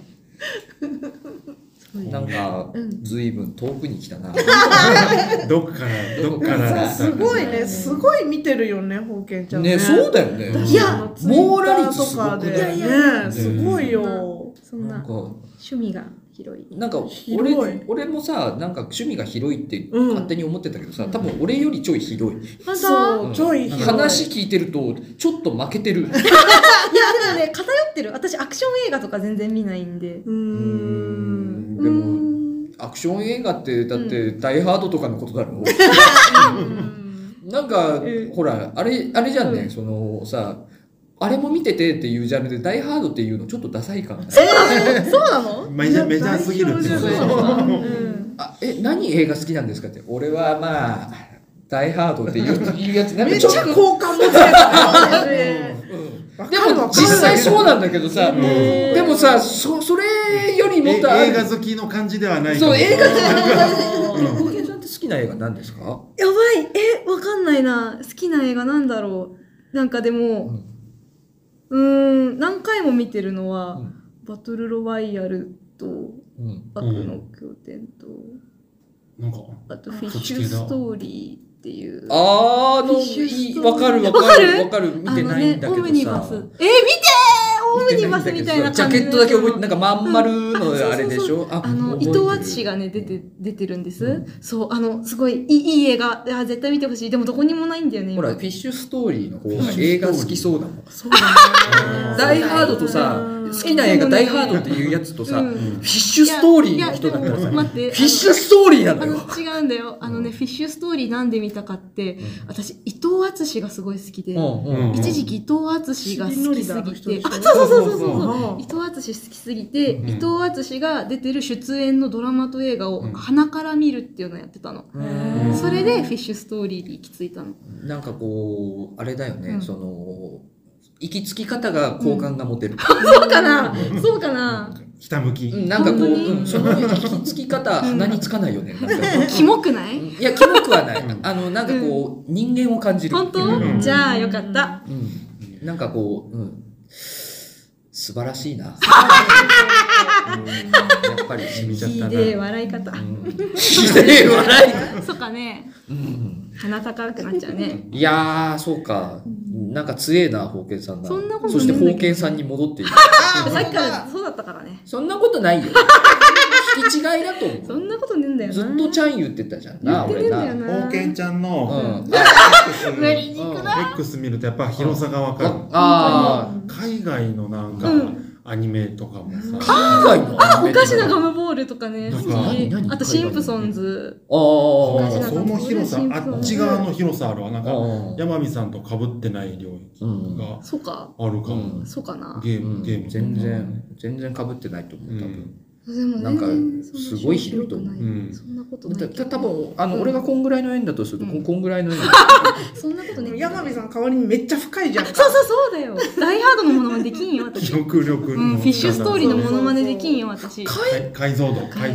なんかずいぶん遠くに来たな。 どっからすごいね、すごい見てるよね、ほうけんちゃんね。そうだよね。 いや、 網羅率すごくね。すごいよ。 そんな趣味が広い。 なんか俺もさ、なんか趣味が広いって勝手に思ってたけどさ、多分俺よりちょい広い。 そう、ちょい広い。 話聞いてるとちょっと負けてる。いやでもね、偏ってる。私アクション映画とか全然見ないんで。 でもアクション映画ってだってダイハードとかのことだろ。なんかほらあれじゃんね、そのさ。あれも見ててっていうジャンルでダイハードっていうのちょっとダサいかも。 そうなの？ メジャーすぎるってこと。 何映画好きなんですかって。俺はまあダイハードっていうやつめっちゃ好感持ってる。 でも実際そうなんだけどさ、でもさそれよりもっと映画好きの感じではない。 そう映画好き。小池さんって好きな映画何ですか？ やばい、わかんないな。好きな映画なんだろう。なんかでも。何回も見てるのは、バトルロワイヤルと、悪の拠点と、あとフィッシュストーリーっていう。 わかる見てないんだけどさ。 オムニバス。見てオムニバスみたいな感じ。 ジャケットだけ覚えて、なんかまん丸のあれでしょ。 伊藤淳がね、出てるんです。そう、すごいいい映画。絶対見てほしい。でもどこにもないんだよね。 ほら、フィッシュストーリーの方が映画好きそうだもん。 そうだね。 ダイハードとさ、好きな映画ダイハードっていうやつとさ、フィッシュストーリーの人だったらさ、フィッシュストーリーなんだよ。 違うんだよ。フィッシュストーリーなんで見たかって、私、伊藤淳がすごい好きで、一時期伊藤淳が好きすぎて、そう伊藤淳好きすぎて、伊藤淳が出てる出演のドラマと映画を鼻から見るっていうのをやってたの。それでフィッシュストーリーに行き着いたの。 なんかこうあれだよね、その行き着き方が好感が持てる。 そうかな。 ひたむき。 なんかこうその行き着き方鼻につかないよね。 キモくない？ いやキモくはない。なんかこう人間を感じる。 本当？じゃあよかった。 なんかこう素晴らしいな。やっぱり染みちゃったな。 ひでえ笑い方。 ひでえ笑い方。 そうかね。鼻高くなっちゃうね。 いやーそうか。なんか強えな、ほうけんさんが。 そんなことそしてほうけんさんに戻っている。 さっきからそうだったからね。 そんなことないよ。引き違いだと思う。 そんなことねえんだよな。 ずっとちゃん言ってたじゃんな、俺な。 ほうけんちゃんの無理にくな。 X 見るとやっぱ広さがわかる。海外のなんかアニメとかもさ。 海外のアニメ。 おかしなガムボールとかね。あとシンプソンズ。 その広さ、あっち側の広さあるわ。なんか山美さんと被ってない領域がそうか。 あるかも。 そうかな。 ゲーム全然被ってないと思う多分。 でもなんかすごい広いと思う。 そんなことない。 多分俺がこんぐらいの円だとするとこんぐらいの円。 そんなことね。 山美さん代わりにめっちゃ深いじゃん。 そうだよ。ダイハードのモノマネできんよ私。 記憶力の。 フィッシュストーリーのモノマネできんよ私。 解像度。 私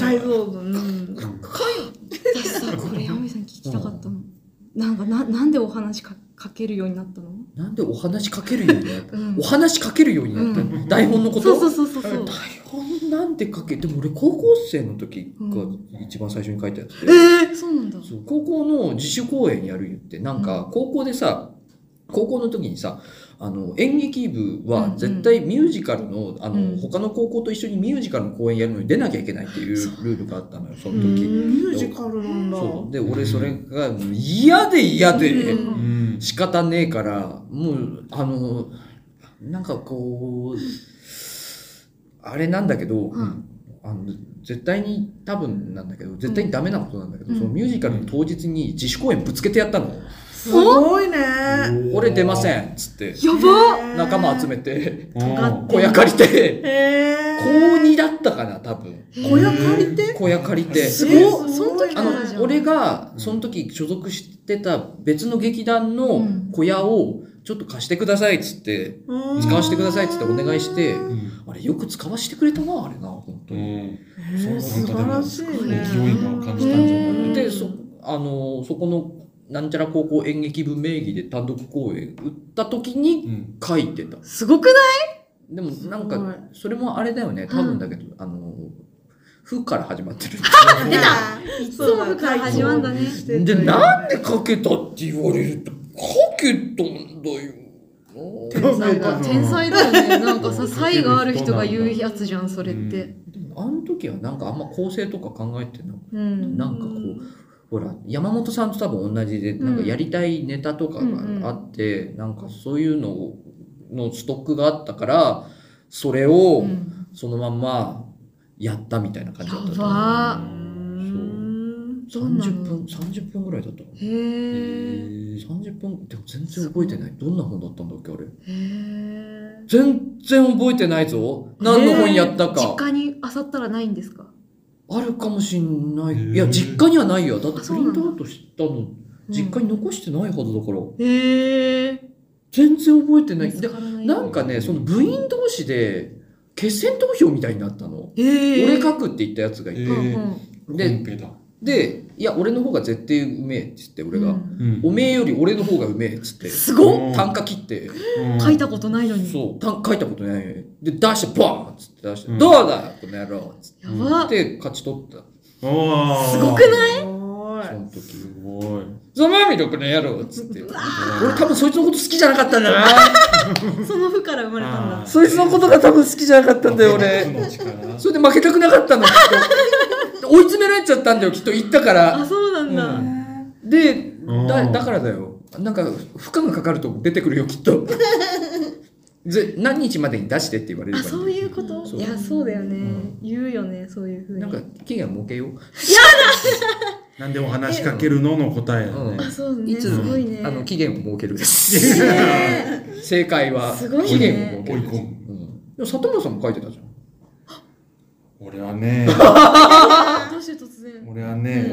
さこれ山美さん聞きたかったの。なんでお話かけるようになったの？ なんでお話かけるようになった？お話かけるようになった？台本のこと？ そう。 台本なんででも俺高校生の時が一番最初に書いたやつで。そうなんだ。 高校の自主公演やる言って、なんか高校でさ、高校の時にさ、演劇部は絶対ミュージカルの、他の高校と一緒にミュージカルの公演やるのに出なきゃいけないっていうルールがあったのよ、その時。 ミュージカルなんだ。 そう。で、俺それが嫌で、仕方ねえから、もう、なんかこう、 あれなんだけど、 うん、 絶対に多分なんだけど絶対にダメなことなんだけど、そのミュージカルの当日に自主公演ぶつけてやったの。 すごいね。 俺出ませんっつってやば仲間集めて尖って小屋借りて高へ 2だったかな多分。 小屋借りて。 小屋借りてすごいその時からじゃん。 俺がその時所属してた別の劇団の小屋をちょっと貸してくださいっつって使わせてくださいっつってお願いして、あれよく使わせてくれたなあれな本当に。 素晴らしいね。 勢いが感じたんじゃない。 でそこのなんちゃら高校演劇部名義で単独公演売った時に書いてた。 すごくない？ でもなんかそれもあれだよね多分だけど、負から始まってる。 出た。いつも負から始まるんだね。 でなんで書けたって言われると書けたんだよ。 なんか天才だよね。なんかさ才がある人が言うやつじゃんそれって。 あの時はなんかあんま構成とか考えてなくて、なんかこうほら山本さんと多分同じでなんかやりたいネタとかがあって、なんかそういうののストックがあったからそれをそのまんまやったみたいな感じだった。 やば 30分ぐらいだった。 へえ。 30分でも全然覚えてない。どんな本だったんだっけあれ。 へえ。 全然覚えてないぞ。何の本やったか。 実家に漁ったらないんですか？ あるかもしんない。いや実家にはないよ。だってプリントアウトしたの実家に残してないはずだから。 へえ。 全然覚えてない。でなんかねその部員同士で決選投票みたいになったの。俺書くって言ったやつがいて。でいや俺の方が絶対うめえっつって俺が、おめえより俺の方がうめえっつってすごっ単価切って書いたことないのにそう書いたことないで出してバーンっつって出して、どうだこの野郎っつってやばで勝ち取った。 すごくない？ その時すごいざまみろこの野郎っつって俺多分そいつのこと好きじゃなかったんだなその負から生まれたんだ。 そいつのことが多分好きじゃなかったんだよ俺それで負けたくなかったのきっと追い詰められちゃったんだよきっと言ったから。 あそうなんだ、 でだからだよなんか負荷がかかると出てくるよきっと何日までに出してって言われるから、 あそういうこと。いやそうだよね、言うよねそういうふうに。 なんか期限設けよう。 何でも話しかけるのの答えだね。 あそうねいつすごいね期限を設けるです正解はすごいね期限を設けるです。 追い込む。 でも里村さんも書いてたじゃん。 俺はね、 どうして突然。 俺はね、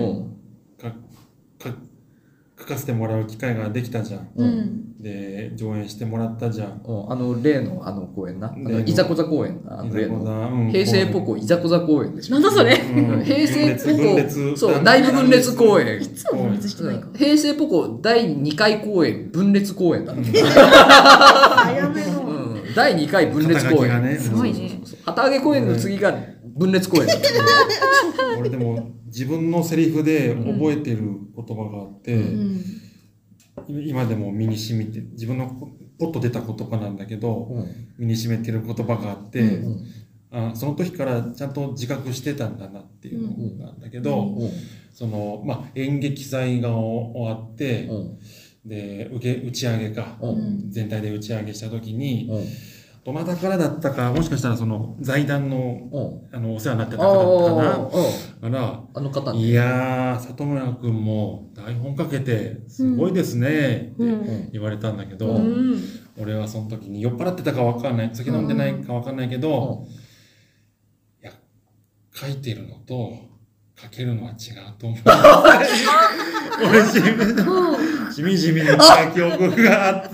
書かせてもらう機会ができたじゃん。で上演してもらったじゃん。 例の公演な、いざこざ公演な、例の平成ポコいざこざ公演でしょ。 なんだそれ。 平成ポコそうだいぶ分裂公演。 いつも分裂してないか。 平成ポコ第2回公演分裂公演だ。 早めの。 第2回分裂公演。 すごいね。 旗揚げ公演の次が分裂公演だ。 俺でも自分のセリフで覚えてる言葉があって、今でも身に染みて自分のポッと出た言葉なんだけど、身に染めてる言葉があって、その時からちゃんと自覚してたんだなっていうのなんだけど、その演劇祭が終わって、で打ち上げか、全体で打ち上げした時に、どなたからだったか、もしかしたらその財団のお世話になってた方だったかな。 あの方ね。 いやー里村君も台本かけてすごいですねって言われたんだけど、俺はその時に酔っ払ってたか分かんない、酒飲んでないか分かんないけど、いや書いてるのと書けるのは違うと思う。俺しみじみした記憶があって。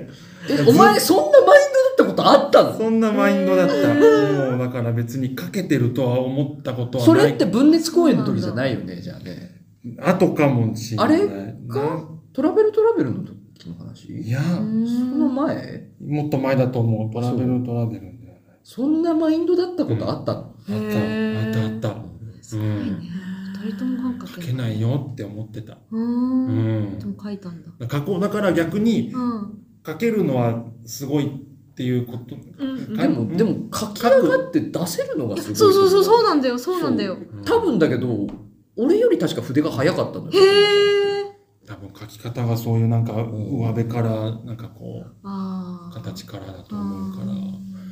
お前そんなマインドだったことあったの？ そんなマインドだった。もうだから別にかけてるとは思ったことはない。 それって分裂公演の時じゃないよね、じゃあね。 後かもしれない。 あれかトラベルの時の話？ いや、 その前？ もっと前だと思う。トラベルだよね。 そんなマインドだったことあったの？ あった。 すごいね。二人とも感覚書けないよって思ってた。 でも書いたんだ。 だから逆に書けるのはすごいっていうこと。 でも書き上がって出せるのがすごい。 そうなんだよ。 多分だけど俺より確か筆が早かったんだよ。 多分書き方がそういうなんか上辺からなんかこう形からだと思うから。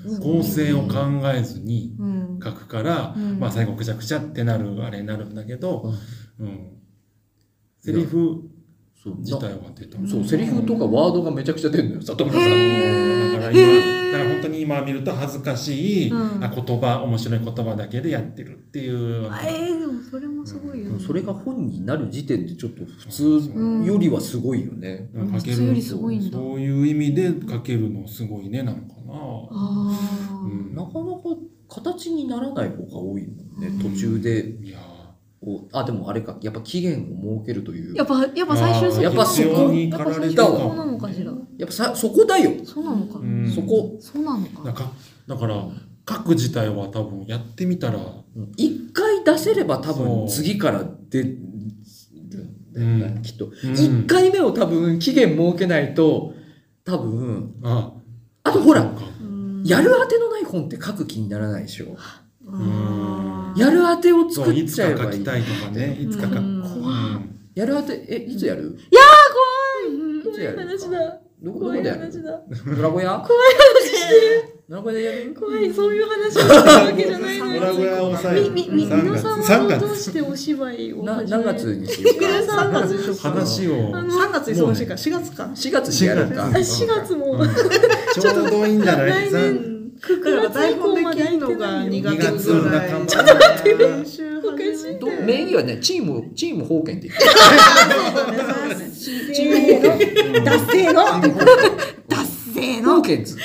構成を考えずに書くから、まあ最後くちゃくちゃってなるあれになるんだけど、セリフ自体は出た。 そう、セリフとかワードがめちゃくちゃ出るのよ、里村さん。 だから本当に今見ると恥ずかしい言葉、面白い言葉だけでやってるっていう。 でもそれもすごいよね。 それが本になる時点でちょっと普通よりはすごいよね。 普通よりすごいんだ。 そういう意味で書けるのすごいねなのかな。 なかなか形にならない方が多いもんね、途中で。でもあれか、やっぱ期限を設けるという。 やっぱ最終やっぱそこに駆られたわ。そうなのかしら。 やっぱそこだよ。 そうなのか。 そこ。 そうなのか。 だから書く自体は多分やってみたら一回出せれば多分次から出るんだよね、きっと。一回目を多分期限設けないと多分。あとほら、やるあてのない本って書く気にならないでしょ。やるあてを作っちゃえばいい。 いつか書きたいとかね。いつか書く。 やるあて、いつやる？ いやー、怖い。 いつやる？ 話だ。 どこでやる？ドラゴヤ？ 怖い話してる。 ドラゴヤでやる？ 怖い、そういう話をしてるわけじゃないのに。 ドラゴヤを抑える。 皆さんはどうしてお芝居を始める？ 何月にしようか。 3月でしょ。 話を。 3月忙しいから、4月か。 4月にやるか。 4月も。 ちょうどいいんじゃない？ 来年。 だから台本できるのが2月ぐらい。 ちょっと待ってよ。おかしい。 名義はね、チーム封建って言ってる。チーム達成の封建図。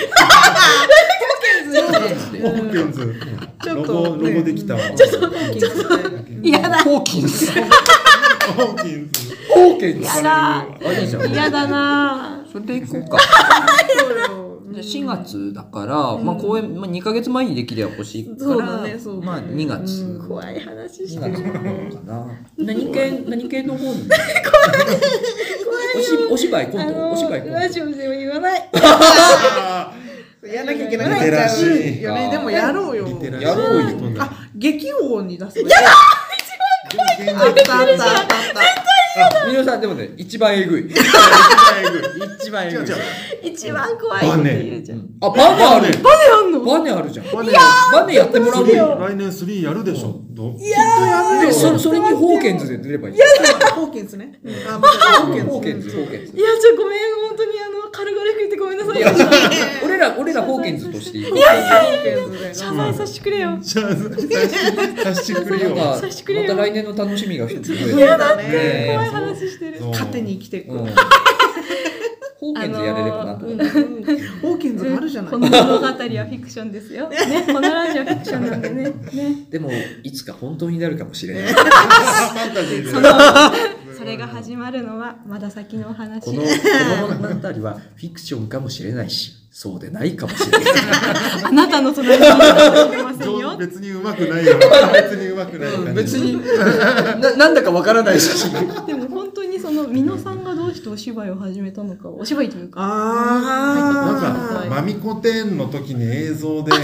ロゴできたわ。 ちょっとやだ。 ホーキンズ。 やだ。 いいじゃん。 やだな。 それでいこうか。4月だから、まあ公演、2ヶ月前にできれば欲しいから、まあ2月。 怖い話してる。2月かな。何系の本？お芝居コント。お芝居コント。 ラジオでは言わない。 やらなきゃいけなくなっちゃうよね。でもやろうよ。 やろうよ。 劇王に出す。 やだ。一番怖い。 あった皆さんでもね、一番えぐい。一番えぐい。 一番怖いって言うじゃん。 あ、バネある。バネあるじゃん。バネやってもらうよ。 来年3やるでしょ。 いやで、それにホーケンズで出ればいい。 ホーケンズね。 ホーケンズ。 いや、ごめん、本当に軽々しく言ってごめんなさい。 俺らホーケンズとしていい。 いや、謝罪させてくれよ。 さしてくれよ。 また来年の楽しみが一つ増える。 嫌だね。怖い話してる。 糧に生きていく。 ホーケンズやれればなと。 ホーケンズあるじゃない。 この物語はフィクションですよ。ね、このラジオフィクションなんでね。 でもいつか本当になるかもしれない。 それが始まるのはまだ先の話。 この物語はフィクションかもしれないし、そうでないかもしれない。 あなたの隣にいるかもしれませんよ。 別にうまくないよ。別にうまくない。 別になんだかわからないし。 でも本当に美濃さんがどうしてお芝居を始めたのか、お芝居というか。 なんかマミコ展の時に映像で。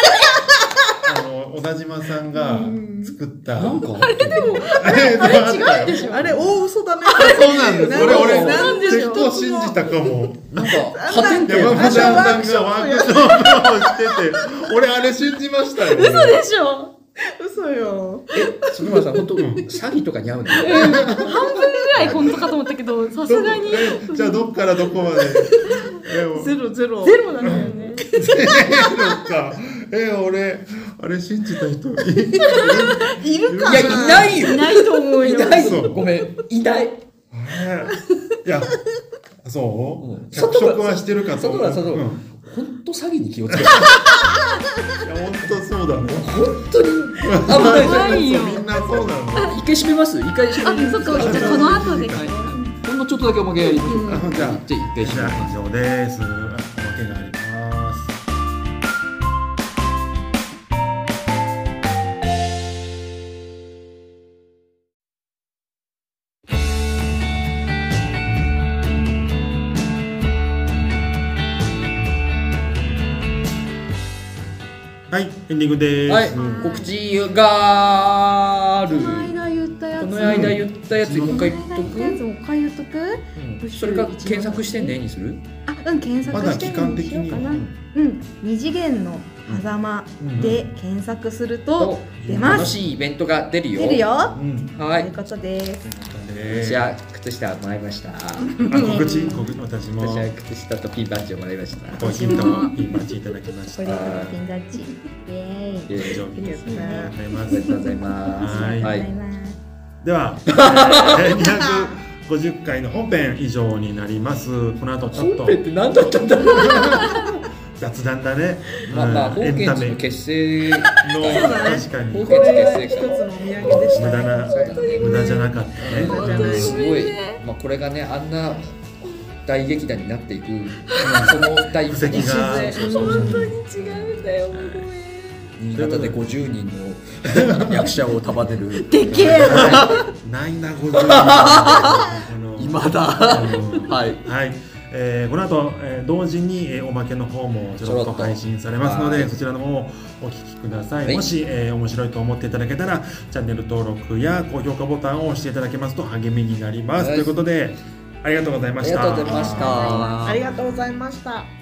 小田島さんが作ったなんかあれでもあれ違うんでしょ。 あれ大嘘だね。 そうなんです。俺なんでしょう。 結構信じたかも。 なんか破天山本さんがワークショップをしてて、俺あれ信じましたよ。 嘘でしょ。 嘘よ。 園村さん本当詐欺とかに合うの？ 半分ぐらい本当かと思ったけど、さすがに。 じゃあどっからどこまで？ ゼロなんだよね。 ゼロか。俺あれ信じた人いるかな。 いやいないよ。 いないと思うよ。 いないよ。ごめん、いない。 いや、そう。脚色はしてるかと思う。 本当詐欺に気をつけて。 いや本当そうだね。 本当に危ないよ。 みんなそうなの。 一回閉めます。一回閉めます。 そっか、じゃあこの後で。 ほんのちょっとだけおまけやりましょう。じゃあ一回閉めます。 以上です。おまけがあります。はい、エンディングです。 はい、告知がある。 この間言ったやつ。 この間言ったやつもう一回言っとく。 もう一回言っとく。 く、 それか検索してねにする？ 検索してねにしようかな。二次元の狭間で検索すると出ます。 楽しいイベントが出るよ。 出るよ。 はい。 ということです。 私は靴下もらいました。 告知私も。 私は靴下とピンバッジをもらいました。 私もピンバッジいただきました。 これからピンバッジ。イエーイ。 以上ですね。 ありがとうございます。 はい。では250回の本編以上になります。この後ちょっと。 本編って何だったんだろう。 雑談だね。 まあホーケンズの結成の確かに。 ホーケンズ結成一つのお土産でしたね。 無駄じゃなかったね。 すごい。まあこれがねあんな大劇団になっていくその大布石が本当に違うんだよ。 新潟で50人の役者を束ねる。 でけえないな50人。 今だ。はいはい。この後、同時に、おまけの方もちょろっと配信されますので、そちらの方もお聞きください。もし、面白いと思っていただけたらチャンネル登録や高評価ボタンを押していただけますと励みになります。ということでありがとうございました。 ありがとうございました。 ありがとうございました。